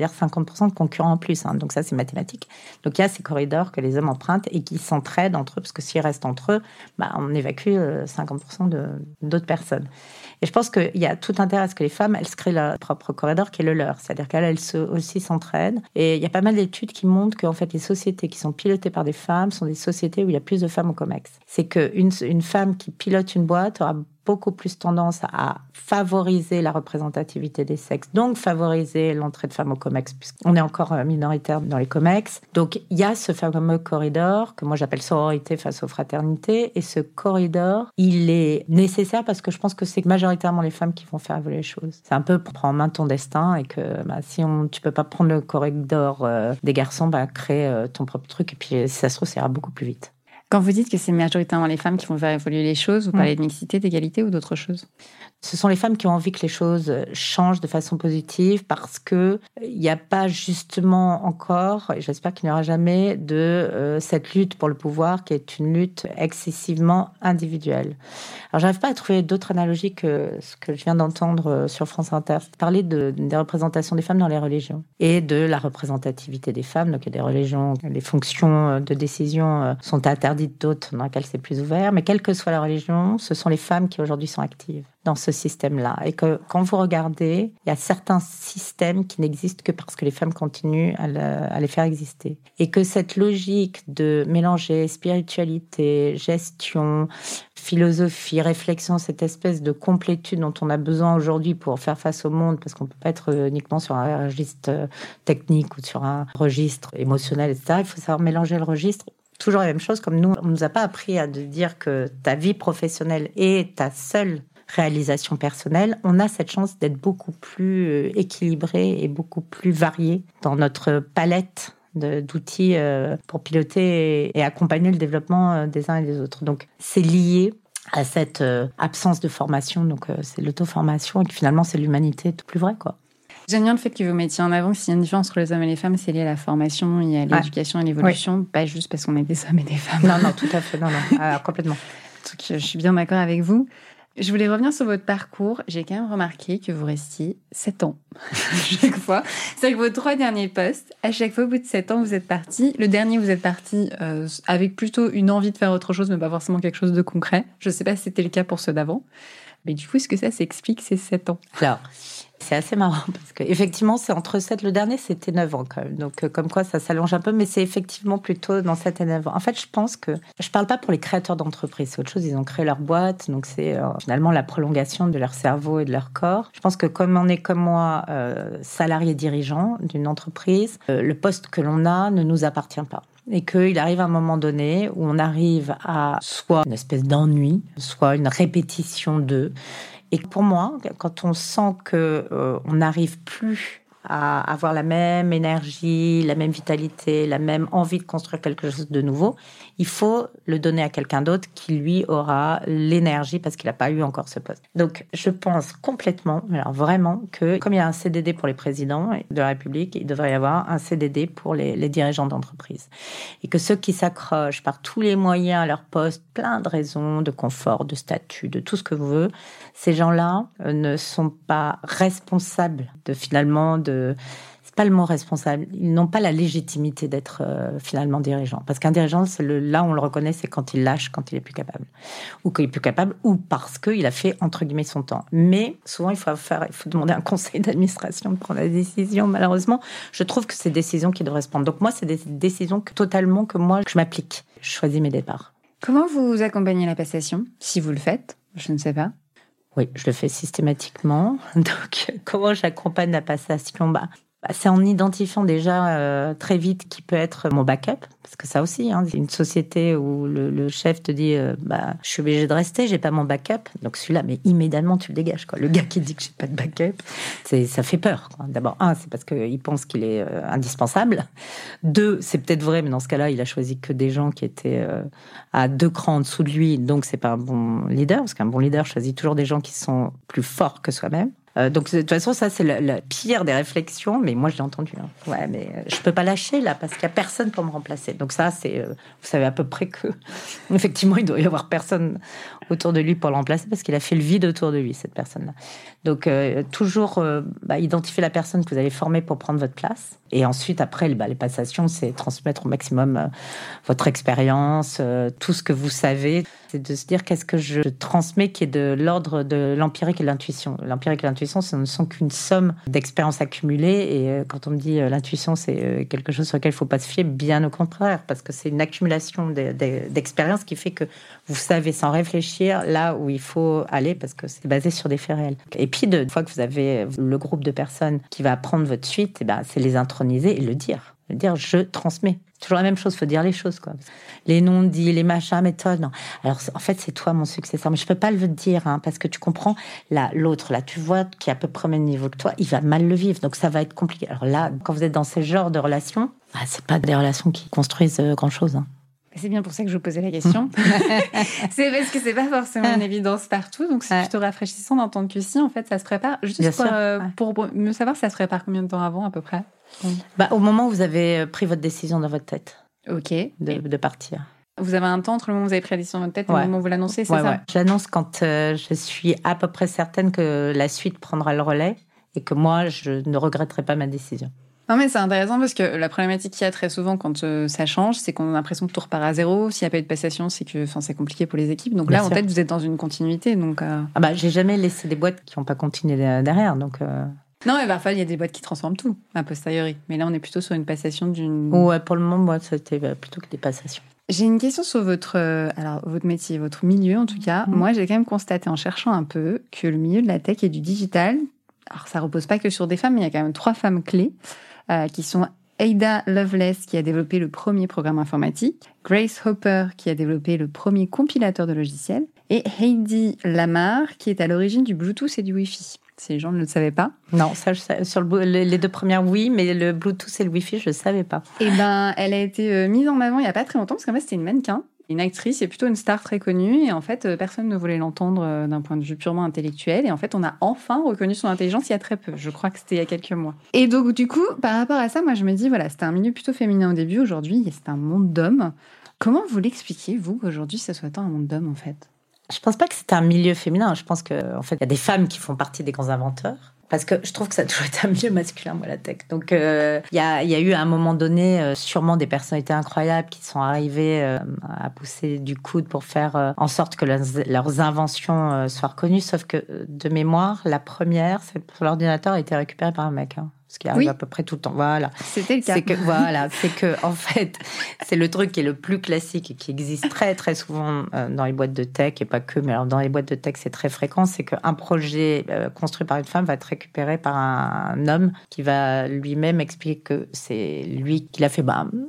50% de concurrents en plus. Hein. Donc ça, c'est mathématique. Donc il y a ces corridors que les hommes empruntent et qui s'entraident entre eux, parce que s'ils restent entre eux, on évacue 50% d'autres personnes. Et je pense qu'il y a tout intérêt à ce que les femmes, elles se créent leur propre corridor qui est le leur. C'est-à-dire qu'elles aussi s'entraident. Et il y a pas mal d'études qui montrent qu'en fait, les sociétés qui sont pilotées par des femmes sont des sociétés où il y a plus de femmes au COMEX. C'est qu'une femme qui pilote une boîte aura beaucoup plus tendance à favoriser la représentativité des sexes, donc favoriser l'entrée de femmes au COMEX, puisqu'on est encore minoritaire dans les COMEX. Donc, il y a ce fameux corridor que moi j'appelle sororité face aux fraternités, et ce corridor, il est nécessaire parce que je pense que c'est majoritairement les femmes qui vont faire évoluer les choses. C'est un peu pour prendre en main ton destin et que si tu peux pas prendre le corridor des garçons, crée ton propre truc, et puis si ça se trouve, ça ira beaucoup plus vite. Quand vous dites que c'est majoritairement les femmes qui vont faire évoluer les choses, vous parlez de mixité, d'égalité ou d'autres choses ? Ce sont les femmes qui ont envie que les choses changent de façon positive parce que il n'y a pas justement encore, et j'espère qu'il n'y aura jamais, de cette lutte pour le pouvoir qui est une lutte excessivement individuelle. Alors, j'arrive pas à trouver d'autres analogies que ce que je viens d'entendre sur France Inter. Parler des représentations des femmes dans les religions et de la représentativité des femmes. Donc, il y a des religions, les fonctions de décision sont interdites, d'autres dans lesquelles c'est plus ouvert. Mais quelle que soit la religion, ce sont les femmes qui aujourd'hui sont actives dans ce système-là. Et que quand vous regardez, il y a certains systèmes qui n'existent que parce que les femmes continuent à les faire exister. Et que cette logique de mélanger spiritualité, gestion, philosophie, réflexion, cette espèce de complétude dont on a besoin aujourd'hui pour faire face au monde, parce qu'on ne peut pas être uniquement sur un registre technique ou sur un registre émotionnel, etc. Il faut savoir mélanger le registre. Toujours la même chose, comme nous, on ne nous a pas appris à dire que ta vie professionnelle est ta seule réalisation personnelle. On a cette chance d'être beaucoup plus équilibré et beaucoup plus varié dans notre palette d'outils pour piloter et accompagner le développement des uns et des autres. Donc, c'est lié à cette absence de formation. Donc, c'est l'auto-formation et que finalement, c'est l'humanité tout plus vrai, quoi. J'aime bien le fait que vous mettiez en avant que s'il y a une différence entre les hommes et les femmes, c'est lié à la formation et à l'éducation et l'évolution, pas juste parce qu'on est des hommes et des femmes. Non, tout à fait, non, complètement. Donc, je suis bien d'accord avec vous. Je voulais revenir sur votre parcours. J'ai quand même remarqué que vous restiez 7 ans à chaque fois. C'est-à-dire que vos 3 derniers postes, à chaque fois, au bout de 7 ans, vous êtes parti. Le dernier, vous êtes parti avec plutôt une envie de faire autre chose, mais pas forcément quelque chose de concret. Je ne sais pas si c'était le cas pour ceux d'avant. Mais du coup, est-ce que ça s'explique ces 7 ans ? Alors, c'est assez marrant parce que effectivement, c'est entre 7, le dernier, c'était 9 ans quand même. Donc, comme quoi, ça s'allonge un peu, mais c'est effectivement plutôt dans 7 et 9 ans. En fait, je pense que je parle pas pour les créateurs d'entreprises. C'est autre chose. Ils ont créé leur boîte. Donc, c'est finalement la prolongation de leur cerveau et de leur corps. Je pense que comme on est comme moi, salarié dirigeant d'une entreprise, le poste que l'on a ne nous appartient pas. Et qu'il arrive un moment donné où on arrive à soit une espèce d'ennui, soit une répétition de... Et pour moi, quand on sent qu'on n'arrive plus à avoir la même énergie, la même vitalité, la même envie de construire quelque chose de nouveau, il faut le donner à quelqu'un d'autre qui, lui, aura l'énergie parce qu'il n'a pas eu encore ce poste. Donc, je pense complètement, alors vraiment, que comme il y a un CDD pour les présidents de la République, il devrait y avoir un CDD pour les dirigeants d'entreprise. Et que ceux qui s'accrochent par tous les moyens à leur poste, plein de raisons, de confort, de statut, de tout ce que vous voulez, ces gens-là ne sont pas responsables de finalement c'est pas le mot responsable. Ils n'ont pas la légitimité d'être finalement dirigeant. Parce qu'un dirigeant, là où on le reconnaît, c'est quand il lâche, quand il est plus capable. Ou qu'il est plus capable, ou parce qu'il a fait, entre guillemets, son temps. Mais souvent, il faut demander à un conseil d'administration de prendre la décision. Malheureusement, je trouve que c'est des décisions qui devraient se prendre. Donc moi, c'est des décisions que je m'applique. Je choisis mes départs. Comment vous accompagnez la passation ? Si vous le faites, je ne sais pas. Oui, je le fais systématiquement. Donc, comment j'accompagne la passation ? C'est en identifiant déjà très vite qui peut être mon backup, parce que ça aussi, c'est une société où le chef te dit je suis obligé de rester, j'ai pas mon backup. Donc celui-là, mais immédiatement tu le dégages, quoi. Le gars qui dit que j'ai pas de backup, ça fait peur, quoi. D'abord, c'est parce qu'il pense qu'il est indispensable. 2, c'est peut-être vrai, mais dans ce cas-là, il a choisi que des gens qui étaient à 2 crans en dessous de lui, donc c'est pas un bon leader, parce qu'un bon leader choisit toujours des gens qui sont plus forts que soi-même. Donc, de toute façon, ça, c'est la pire des réflexions. Mais moi, je l'ai entendu. Hein. Ouais, mais je peux pas lâcher, là, parce qu'il y a personne pour me remplacer. Donc ça, c'est... vous savez à peu près que... Effectivement, il doit y avoir personne autour de lui pour le remplacer, parce qu'il a fait le vide autour de lui, cette personne-là. Donc, toujours identifier la personne que vous allez former pour prendre votre place. Et ensuite, après, les passations, c'est transmettre au maximum votre expérience, tout ce que vous savez. C'est de se dire qu'est-ce que je transmets qui est de l'ordre de l'empirique et de l'intuition. L'empirique et l'intuition, ce ne sont qu'une somme d'expériences accumulées. Et quand on me dit l'intuition, c'est quelque chose sur lequel il ne faut pas se fier, bien au contraire, parce que c'est une accumulation d'expériences qui fait que vous savez sans réfléchir là où il faut aller, parce que c'est basé sur des faits réels. Et puis, une fois que vous avez le groupe de personnes qui va prendre votre suite, c'est les introniser et le dire. Le dire, je transmets. C'est toujours la même chose, il faut dire les choses, quoi. Les non-dits, les machins, méthodes, non. Alors, en fait, c'est toi mon successeur. Mais je peux pas le dire, hein, parce que tu comprends, l'autre, tu vois, qui est à peu près au même niveau que toi, il va mal le vivre. Donc, ça va être compliqué. Alors là, quand vous êtes dans ce genre de relations, c'est pas des relations qui construisent grand-chose, hein. C'est bien pour ça que je vous posais la question. C'est parce que c'est pas forcément une évidence partout, donc c'est plutôt rafraîchissant d'entendre que si, en fait, ça se prépare. Juste pour me savoir, ça se prépare combien de temps avant, à peu près? Au moment où vous avez pris votre décision dans votre tête. Ok. De partir. Vous avez un temps entre le moment où vous avez pris la décision dans votre tête et le moment où vous l'annoncez, c'est ça? Ouais. Je l'annonce quand je suis à peu près certaine que la suite prendra le relais et que moi, je ne regretterai pas ma décision. Non, mais c'est intéressant parce que la problématique qu'il y a très souvent quand ça change, c'est qu'on a l'impression que tout repart à zéro. S'il n'y a pas eu de passation, c'est que c'est compliqué pour les équipes. Donc là, en tête, vous êtes dans une continuité. Donc, j'ai jamais laissé des boîtes qui n'ont pas continué derrière. Donc, Non, mais parfois, il y a des boîtes qui transforment tout, a posteriori. Mais là, on est plutôt sur une passation d'une... Ouais, pour le moment, moi, c'était plutôt que des passations. J'ai une question sur votre métier, votre milieu, en tout cas. Moi, j'ai quand même constaté, en cherchant un peu, que le milieu de la tech et du digital, alors ça repose pas que sur des femmes, mais il y a quand même 3 femmes clés, qui sont Ada Lovelace, qui a développé le premier programme informatique, Grace Hopper, qui a développé le premier compilateur de logiciels, et Heidi Lamar, qui est à l'origine du Bluetooth et du Wi-Fi. Si les gens ne le savaient pas. Non, ça, sur les 2 premières, oui, mais le Bluetooth et le Wi-Fi, je ne savais pas. Elle a été mise en avant il n'y a pas très longtemps, parce qu'en fait, c'était une mannequin. Une actrice, et plutôt une star très connue, et en fait, personne ne voulait l'entendre d'un point de vue purement intellectuel, et en fait, on a enfin reconnu son intelligence il y a très peu, je crois que c'était il y a quelques mois. Et donc, du coup, par rapport à ça, moi, je me dis, voilà, c'était un milieu plutôt féminin au début, aujourd'hui, c'est un monde d'hommes. Comment vous l'expliquez, vous, qu'aujourd'hui, ça soit tant un monde d'hommes, en fait? Je pense pas que c'est un milieu féminin, je pense qu'en fait, il y a des femmes qui font partie des grands inventeurs. Parce que je trouve que ça a toujours été un milieu masculin, moi, la tech. Donc, il y a eu à un moment donné, sûrement des personnalités incroyables qui sont arrivées à pousser du coude pour faire en sorte que leurs inventions soient reconnues. Sauf que, de mémoire, la première, celle pour l'ordinateur, a été récupérée par un mec. Ce qui arrive à peu près tout le temps. Voilà. C'était le cas. C'est que, en fait, c'est le truc qui est le plus classique et qui existe très, très souvent dans les boîtes de tech, et pas que, mais alors dans les boîtes de tech, c'est très fréquent, c'est qu'un projet construit par une femme va être récupéré par un homme qui va lui-même expliquer que c'est lui qui l'a fait.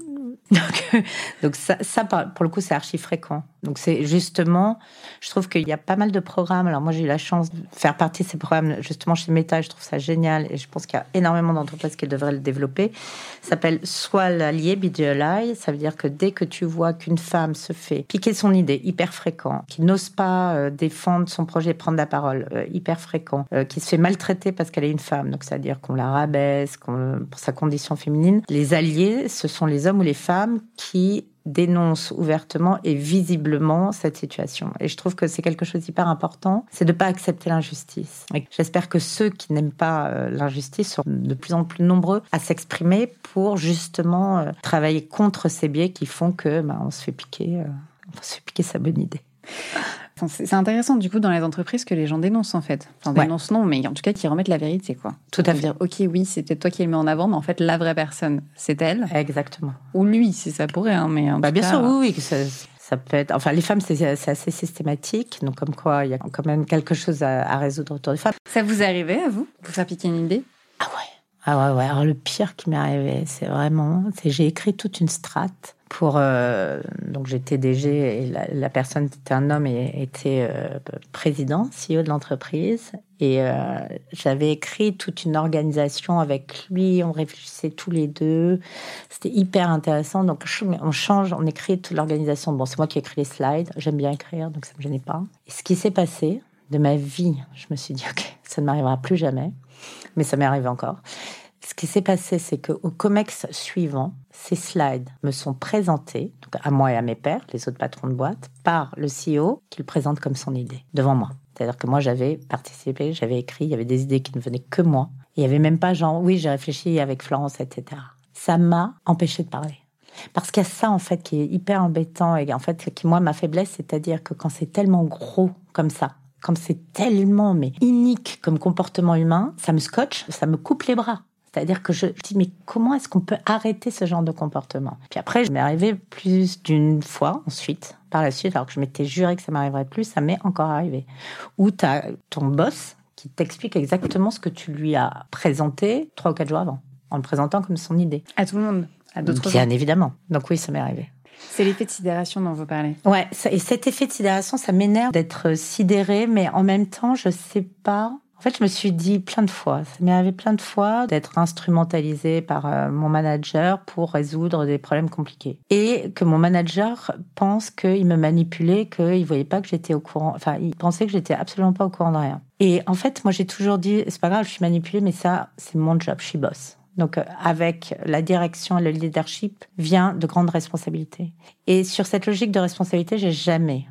Donc ça, pour le coup, c'est archi fréquent. Donc c'est justement, je trouve qu'il y a pas mal de programmes. Alors moi, j'ai eu la chance de faire partie de ces programmes justement chez Meta, et je trouve ça génial, et je pense qu'il y a énormément d'entreprises qui devraient le développer. Ça s'appelle Sois l'allié, be the ally. Ça veut dire que dès que tu vois qu'une femme se fait piquer son idée, hyper fréquent, qui n'ose pas défendre son projet, prendre la parole, hyper fréquent, qui se fait maltraiter parce qu'elle est une femme, donc c'est-à-dire qu'on la rabaisse pour sa condition féminine, les alliés, ce sont les hommes ou les femmes qui dénoncent ouvertement et visiblement cette situation. Et je trouve que c'est quelque chose d'hyper important, c'est de ne pas accepter l'injustice. Et j'espère que ceux qui n'aiment pas l'injustice sont de plus en plus nombreux à s'exprimer pour justement travailler contre ces biais qui font que on se fait piquer sa bonne idée. C'est intéressant, du coup, dans les entreprises que les gens dénoncent, en fait. Enfin, dénoncent non, mais en tout cas, qui remettent la vérité, quoi. Tout à fait. Dire, ok, oui, c'est peut-être toi qui le mets en avant, mais en fait, la vraie personne, c'est elle. Exactement. Ou lui, si ça pourrait, mais en tout bien cas... sûr, oui, ça peut être... Enfin, les femmes, c'est assez systématique, donc comme quoi, il y a quand même quelque chose à résoudre autour des femmes. Ça vous est arrivé, à vous faire piquer une idée? Ah ouais. Alors, le pire qui m'est arrivé, c'est j'ai écrit toute une strate pour... donc, j'étais DG et la personne était un homme et était président, CEO de l'entreprise. Et j'avais écrit toute une organisation avec lui. On réfléchissait tous les deux. C'était hyper intéressant. Donc, on écrit toute l'organisation. Bon, c'est moi qui ai écrit les slides. J'aime bien écrire, donc ça ne me gênait pas. Et ce qui s'est passé... de ma vie, je me suis dit, OK, ça ne m'arrivera plus jamais. Mais ça m'est arrivé encore. Ce qui s'est passé, c'est qu'au COMEX suivant, ces slides me sont présentés, donc à moi et à mes pairs, les autres patrons de boîte, par le CEO qui le présente comme son idée, devant moi. C'est-à-dire que moi, j'avais participé, j'avais écrit, il y avait des idées qui ne venaient que moi. Il n'y avait même pas genre, oui, j'ai réfléchi avec Florence, etc. Ça m'a empêché de parler. Parce qu'il y a ça, en fait, qui est hyper embêtant et en fait, qui, moi, ma faiblesse, c'est-à-dire que quand c'est tellement gros comme ça, comme c'est tellement inique comme comportement humain, ça me scotche, ça me coupe les bras. C'est-à-dire que je dis, mais comment est-ce qu'on peut arrêter ce genre de comportement ? Puis après, je m'est arrivé plus d'une fois ensuite, par la suite, alors que je m'étais juré que ça m'arriverait plus, ça m'est encore arrivé. Où tu as ton boss qui t'explique exactement ce que tu lui as présenté 3 ou 4 jours avant, en le présentant comme son idée. À tout le monde, à d'autres gens. Bien évidemment. Donc oui, ça m'est arrivé. C'est l'effet de sidération dont vous parlez. Ouais, et cet effet de sidération, ça m'énerve d'être sidérée, mais en même temps, je sais pas... En fait, je me suis dit plein de fois, ça m'est arrivé plein de fois d'être instrumentalisée par mon manager pour résoudre des problèmes compliqués. Et que mon manager pense qu'il me manipulait, qu'il voyait pas que j'étais au courant, enfin, il pensait que j'étais absolument pas au courant de rien. Et en fait, moi, j'ai toujours dit, c'est pas grave, je suis manipulée, mais ça, c'est mon job, je suis boss. Donc, avec la direction et le leadership vient de grandes responsabilités. Et sur cette logique de responsabilité, j'ai jamais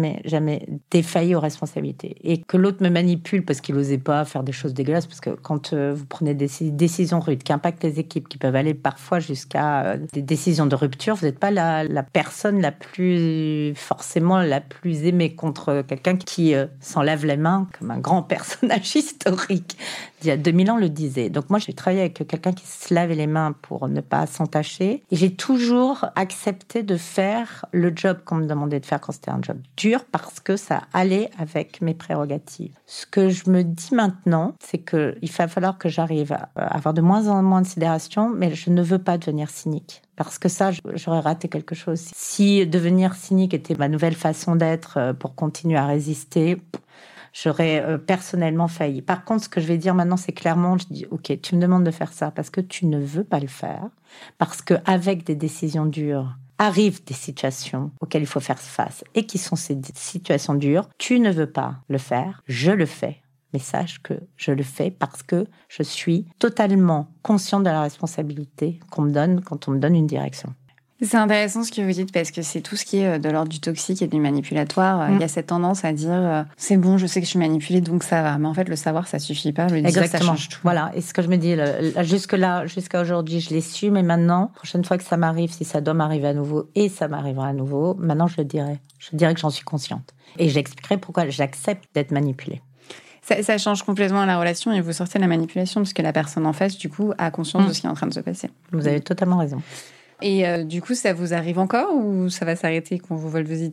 défailli aux responsabilités. Et que l'autre me manipule parce qu'il n'osait pas faire des choses dégueulasses, parce que quand vous prenez des décisions rudes qui impactent les équipes, qui peuvent aller parfois jusqu'à des décisions de rupture, vous n'êtes pas la personne forcément la plus aimée contre quelqu'un qui s'en lave les mains, comme un grand personnage historique d'il y a 2000 ans le disait. Donc moi, j'ai travaillé avec quelqu'un qui se lavait les mains pour ne pas s'entacher. Et j'ai toujours accepté de faire le job qu'on me demandait de faire quand c'était un job dur, parce que ça allait avec mes prérogatives. Ce que je me dis maintenant, c'est qu'il va falloir que j'arrive à avoir de moins en moins de sidération, mais je ne veux pas devenir cynique. Parce que ça, j'aurais raté quelque chose. Si devenir cynique était ma nouvelle façon d'être pour continuer à résister, j'aurais personnellement failli. Par contre, ce que je vais dire maintenant, c'est clairement, je dis, OK, tu me demandes de faire ça parce que tu ne veux pas le faire, parce qu'avec des décisions dures, arrivent des situations auxquelles il faut faire face et qui sont ces situations dures. Tu ne veux pas le faire, je le fais. Mais sache que je le fais parce que je suis totalement consciente de la responsabilité qu'on me donne quand on me donne une direction. C'est intéressant ce que vous dites parce que c'est tout ce qui est de l'ordre du toxique et du manipulatoire. Il y a cette tendance à dire c'est bon, je sais que je suis manipulée donc ça va. Mais en fait, le savoir, ça suffit pas. Le dire, ça change tout. Voilà. Et ce que je me dis, jusqu'à aujourd'hui, je l'ai su, mais maintenant, prochaine fois que ça m'arrive, si ça doit m'arriver à nouveau et ça m'arrivera à nouveau, maintenant je le dirai. Je dirai que j'en suis consciente. Et j'expliquerai pourquoi j'accepte d'être manipulée. Ça change complètement la relation et vous sortez de la manipulation parce que la personne en face, du coup, a conscience de ce qui est en train de se passer. Vous avez totalement raison. Et du coup, ça vous arrive encore ou ça va s'arrêter qu'on vous vole vos idées ?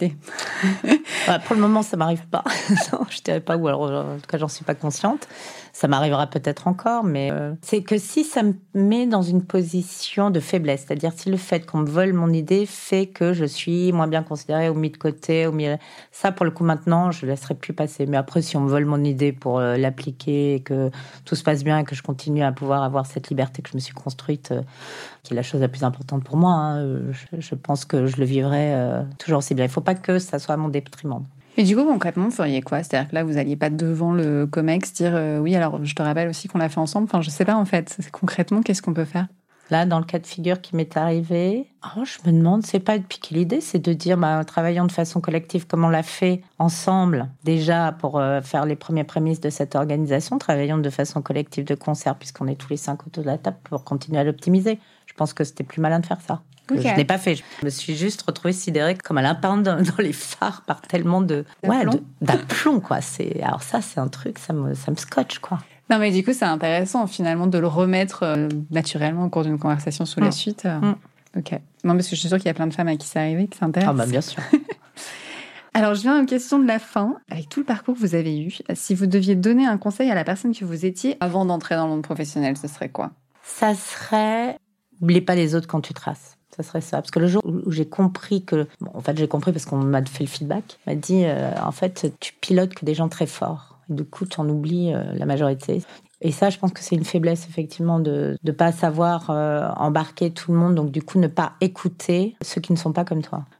Pour le moment, ça m'arrive pas. Non, je dirais pas, ou alors en tout cas, j'en suis pas consciente. Ça m'arrivera peut-être encore, mais c'est que si ça me met dans une position de faiblesse, c'est-à-dire si le fait qu'on me vole mon idée fait que je suis moins bien considérée ou mis de côté, ça pour le coup maintenant, je laisserai plus passer. Mais après, si on me vole mon idée pour l'appliquer, et que tout se passe bien et que je continue à pouvoir avoir cette liberté que je me suis construite, qui est la chose la plus importante pour moi, je pense que je le vivrai toujours aussi bien. Il ne faut pas que ça soit à mon détriment. Et du coup, concrètement, vous feriez quoi ? C'est-à-dire que là, vous n'alliez pas devant le COMEX dire oui, alors je te rappelle aussi qu'on l'a fait ensemble. Enfin, je ne sais pas en fait. Concrètement, qu'est-ce qu'on peut faire ? Là, dans le cas de figure qui m'est arrivé, je me demande, c'est pas de piquer l'idée, c'est de dire, travaillons de façon collective comme on l'a fait ensemble, déjà pour faire les premières prémices de cette organisation, travaillons de façon collective de concert, puisqu'on est tous les 5 autour de la table pour continuer à l'optimiser. Je pense que c'était plus malin de faire ça. Okay. Je ne l'ai pas fait. Je me suis juste retrouvée sidérée comme un lapin dans les phares par tellement d'aplomb, quoi. Alors ça, c'est un truc, ça me scotche, quoi. Non, mais du coup, c'est intéressant, finalement, de le remettre naturellement au cours d'une conversation sous la suite. OK. Non, parce que je suis sûre qu'il y a plein de femmes à qui c'est arrivé, qui s'intéressent. Bien sûr. Alors, je viens aux questions de la fin. Avec tout le parcours que vous avez eu, si vous deviez donner un conseil à la personne que vous étiez avant d'entrer dans le monde professionnel, ce serait quoi ? Ça serait... N'oublie pas les autres quand tu traces. Ça serait ça. Parce que le jour où j'ai compris que... j'ai compris parce qu'on m'a fait le feedback. On m'a dit, en fait, tu pilotes que des gens très forts. Et du coup, tu en oublies la majorité. Et ça, je pense que c'est une faiblesse, effectivement, de ne pas savoir embarquer tout le monde. Donc, du coup, ne pas écouter ceux qui ne sont pas comme toi.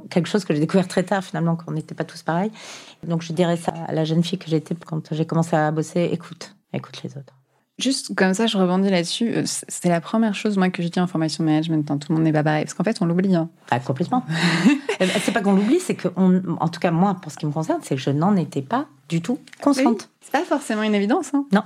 quelque chose que j'ai découvert très tard, finalement, qu'on n'était pas tous pareils. Donc, je dirais ça à la jeune fille que j'étais quand j'ai commencé à bosser. Écoute les autres. Juste comme ça, je rebondis là-dessus. C'est la première chose, moi, que je dis en formation management. Tout le monde n'est pas pareil. Parce qu'en fait, on l'oublie. Complètement. C'est pas qu'on l'oublie, c'est que, en tout cas, moi, pour ce qui me concerne, c'est que je n'en étais pas du tout consciente. Oui, c'est pas forcément une évidence. Non.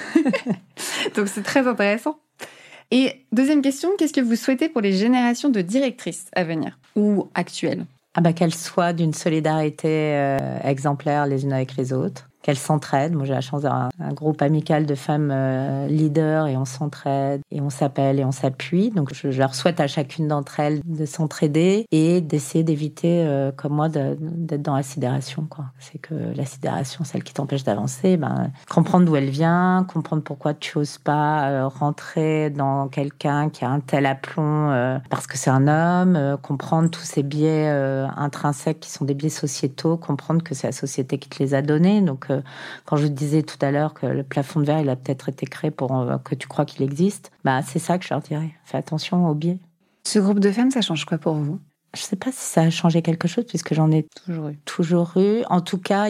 Donc, c'est très intéressant. Et deuxième question, qu'est-ce que vous souhaitez pour les générations de directrices à venir ou actuelles ? Qu'elles soient d'une solidarité exemplaire les unes avec les autres, qu'elles s'entraident. Moi, j'ai la chance d'avoir un groupe amical de femmes leaders et on s'entraide et on s'appelle et on s'appuie. Donc, je leur souhaite à chacune d'entre elles de s'entraider et d'essayer d'éviter, comme moi, d'être dans la sidération, quoi. C'est que la sidération, celle qui t'empêche d'avancer, comprendre d'où elle vient, comprendre pourquoi tu oses pas rentrer dans quelqu'un qui a un tel aplomb parce que c'est un homme, comprendre tous ces biais intrinsèques qui sont des biais sociétaux, comprendre que c'est la société qui te les a donnés. Donc, quand je disais tout à l'heure que le plafond de verre, il a peut-être été créé pour que tu crois qu'il existe, c'est ça que je leur dirais. Fais attention aux biais. Ce groupe de femmes, ça change quoi pour vous ? Je sais pas si ça a changé quelque chose, puisque j'en ai toujours eu. En tout cas,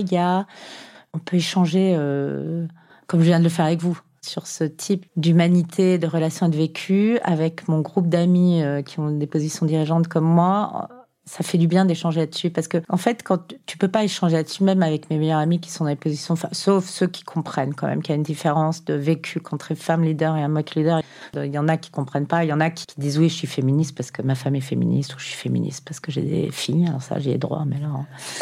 on peut échanger, comme je viens de le faire avec vous, sur ce type d'humanité, de relations et de vécu, avec mon groupe d'amis qui ont des positions dirigeantes comme moi. Ça fait du bien d'échanger là-dessus parce que, en fait, quand tu peux pas échanger là-dessus, même avec mes meilleurs amis qui sont dans les positions, sauf ceux qui comprennent quand même qu'il y a une différence de vécu entre une femme leader et un mec leader. Il y en a qui comprennent pas, il y en a qui disent oui, je suis féministe parce que ma femme est féministe ou je suis féministe parce que j'ai des filles. Alors ça, j'y ai droit, mais là,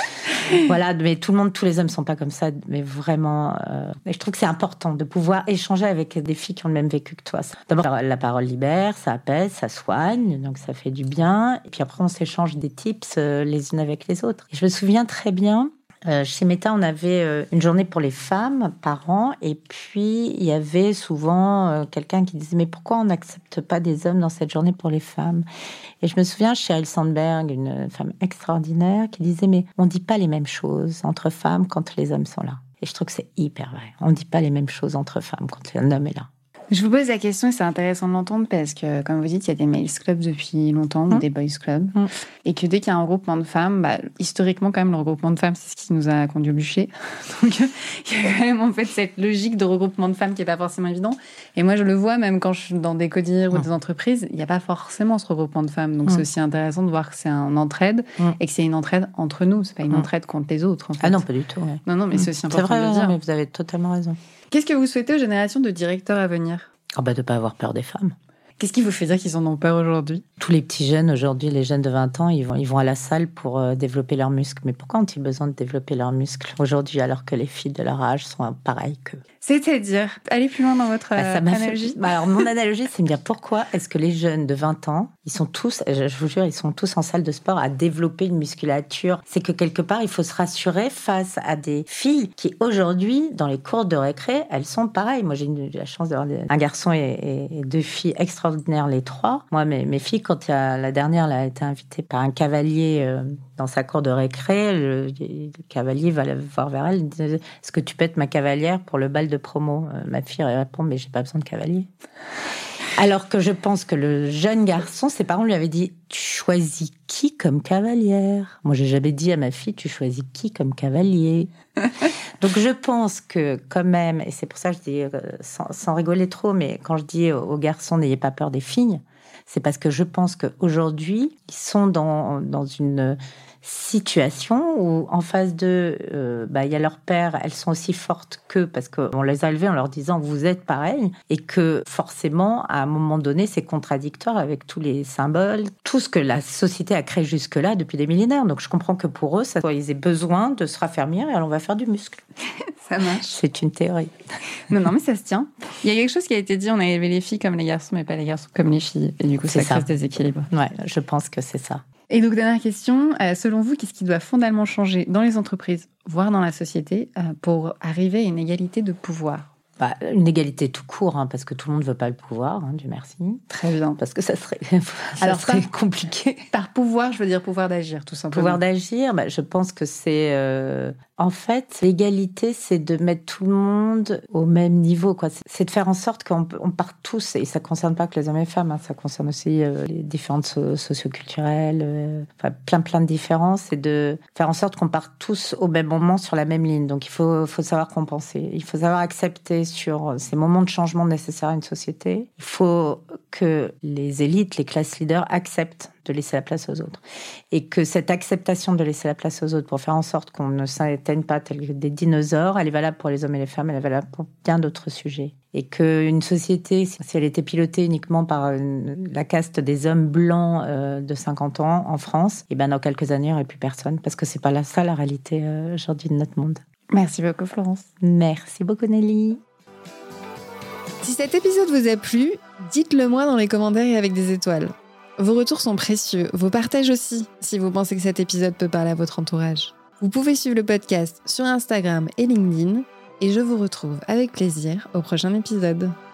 voilà. Mais tous les hommes sont pas comme ça, mais vraiment. Et je trouve que c'est important de pouvoir échanger avec des filles qui ont le même vécu que toi. D'abord, la parole libère, ça apaise, ça soigne, donc ça fait du bien. Et puis après, on s'échange des tips les unes avec les autres. Et je me souviens très bien, chez Meta, on avait une journée pour les femmes par an, et puis il y avait souvent quelqu'un qui disait « Mais pourquoi on n'accepte pas des hommes dans cette journée pour les femmes ?» Et je me souviens, Sheryl Sandberg, une femme extraordinaire, qui disait « Mais on ne dit pas les mêmes choses entre femmes quand les hommes sont là. » Et je trouve que c'est hyper vrai. On ne dit pas les mêmes choses entre femmes quand un homme est là. Je vous pose la question et c'est intéressant de l'entendre parce que, comme vous dites, il y a des males clubs depuis longtemps, ou des boys clubs. Et que dès qu'il y a un regroupement de femmes, historiquement, quand même, le regroupement de femmes, c'est ce qui nous a conduit au bûcher. Donc, il y a quand même, en fait, cette logique de regroupement de femmes qui n'est pas forcément évident. Et moi, je le vois, même quand je suis dans des codires ou des entreprises, il n'y a pas forcément ce regroupement de femmes. Donc, c'est aussi intéressant de voir que c'est une entraide et que c'est une entraide entre nous. C'est pas une entraide contre les autres, en fait. Ah non, pas du tout. Ouais. Non, mais c'est aussi important de le dire. Mais vous avez totalement raison. Qu'est-ce que vous souhaitez aux générations de directeurs à venir ? De ne pas avoir peur des femmes. Qu'est-ce qui vous fait dire qu'ils en ont peur aujourd'hui ? Tous les petits jeunes aujourd'hui, les jeunes de 20 ans, ils vont à la salle pour développer leurs muscles. Mais pourquoi ont-ils besoin de développer leurs muscles aujourd'hui alors que les filles de leur âge sont pareilles qu'eux ? C'est-à-dire, allez plus loin dans votre analogie. Alors, mon analogie, c'est de me dire pourquoi est-ce que les jeunes de 20 ans, ils sont tous, je vous jure, ils sont tous en salle de sport à développer une musculature. C'est que quelque part, il faut se rassurer face à des filles qui, aujourd'hui, dans les cours de récré, elles sont pareilles. Moi, j'ai la chance d'avoir un garçon et deux filles extraordinaires, les trois. Moi, mes filles, quand la dernière elle a été invitée par un cavalier dans sa cour de récré, le cavalier va la voir vers elle et dit « Est-ce que tu peux être ma cavalière pour le bal de promo ?» Ma fille répond « Mais j'ai pas besoin de cavalier. » Alors que je pense que le jeune garçon, ses parents lui avaient dit « Tu choisis qui comme cavalière ?» Moi, j'ai jamais dit à ma fille « Tu choisis qui comme cavalier ?» Donc, je pense que quand même, et c'est pour ça que je dis, sans rigoler trop, mais quand je dis aux garçons « N'ayez pas peur des filles », c'est parce que je pense qu'aujourd'hui, ils sont dans une situation où, en face d'eux, il y a leur père, elles sont aussi fortes qu'eux, parce qu'on les a élevées en leur disant « vous êtes pareils », et que forcément, à un moment donné, c'est contradictoire avec tous les symboles, tout ce que la société a créé jusque-là depuis des millénaires. Donc je comprends que pour eux, ils aient besoin de se raffermir et alors on va faire du muscle. Ça marche. C'est une théorie. Non, mais ça se tient. Il y a quelque chose qui a été dit, on a élevé les filles comme les garçons, mais pas les garçons comme les filles. Et du coup, ça crée ce déséquilibre. Ouais, je pense que c'est ça. Et donc, dernière question, selon vous, qu'est-ce qui doit fondamentalement changer dans les entreprises, voire dans la société, pour arriver à une égalité de pouvoir ? Une égalité tout court, parce que tout le monde ne veut pas le pouvoir, Dieu merci. Très bien. Parce que ça serait compliqué. Par pouvoir, je veux dire pouvoir d'agir, tout simplement. Pouvoir d'agir, je pense que c'est En fait, l'égalité, c'est de mettre tout le monde au même niveau, quoi. C'est de faire en sorte qu'on parte tous, et ça concerne pas que les hommes et les femmes, hein, ça concerne aussi les différences socioculturelles, plein de différences, c'est de faire en sorte qu'on parte tous au même moment sur la même ligne. Donc il faut savoir compenser, il faut savoir accepter sur ces moments de changement nécessaires à une société. Il faut que les élites, les classes leaders acceptent de laisser la place aux autres. Et que cette acceptation de laisser la place aux autres pour faire en sorte qu'on ne s'éteigne pas tel que des dinosaures, elle est valable pour les hommes et les femmes, elle est valable pour bien d'autres sujets. Et qu'une société, si elle était pilotée uniquement par la caste des hommes blancs de 50 ans en France, et ben dans quelques années, il n'y aurait plus personne, parce que c'est pas ça la réalité aujourd'hui de notre monde. Merci beaucoup Florence. Merci beaucoup Nelly. Si cet épisode vous a plu, dites-le moi dans les commentaires et avec des étoiles. Vos retours sont précieux, vos partages aussi, si vous pensez que cet épisode peut parler à votre entourage. Vous pouvez suivre le podcast sur Instagram et LinkedIn, et je vous retrouve avec plaisir au prochain épisode.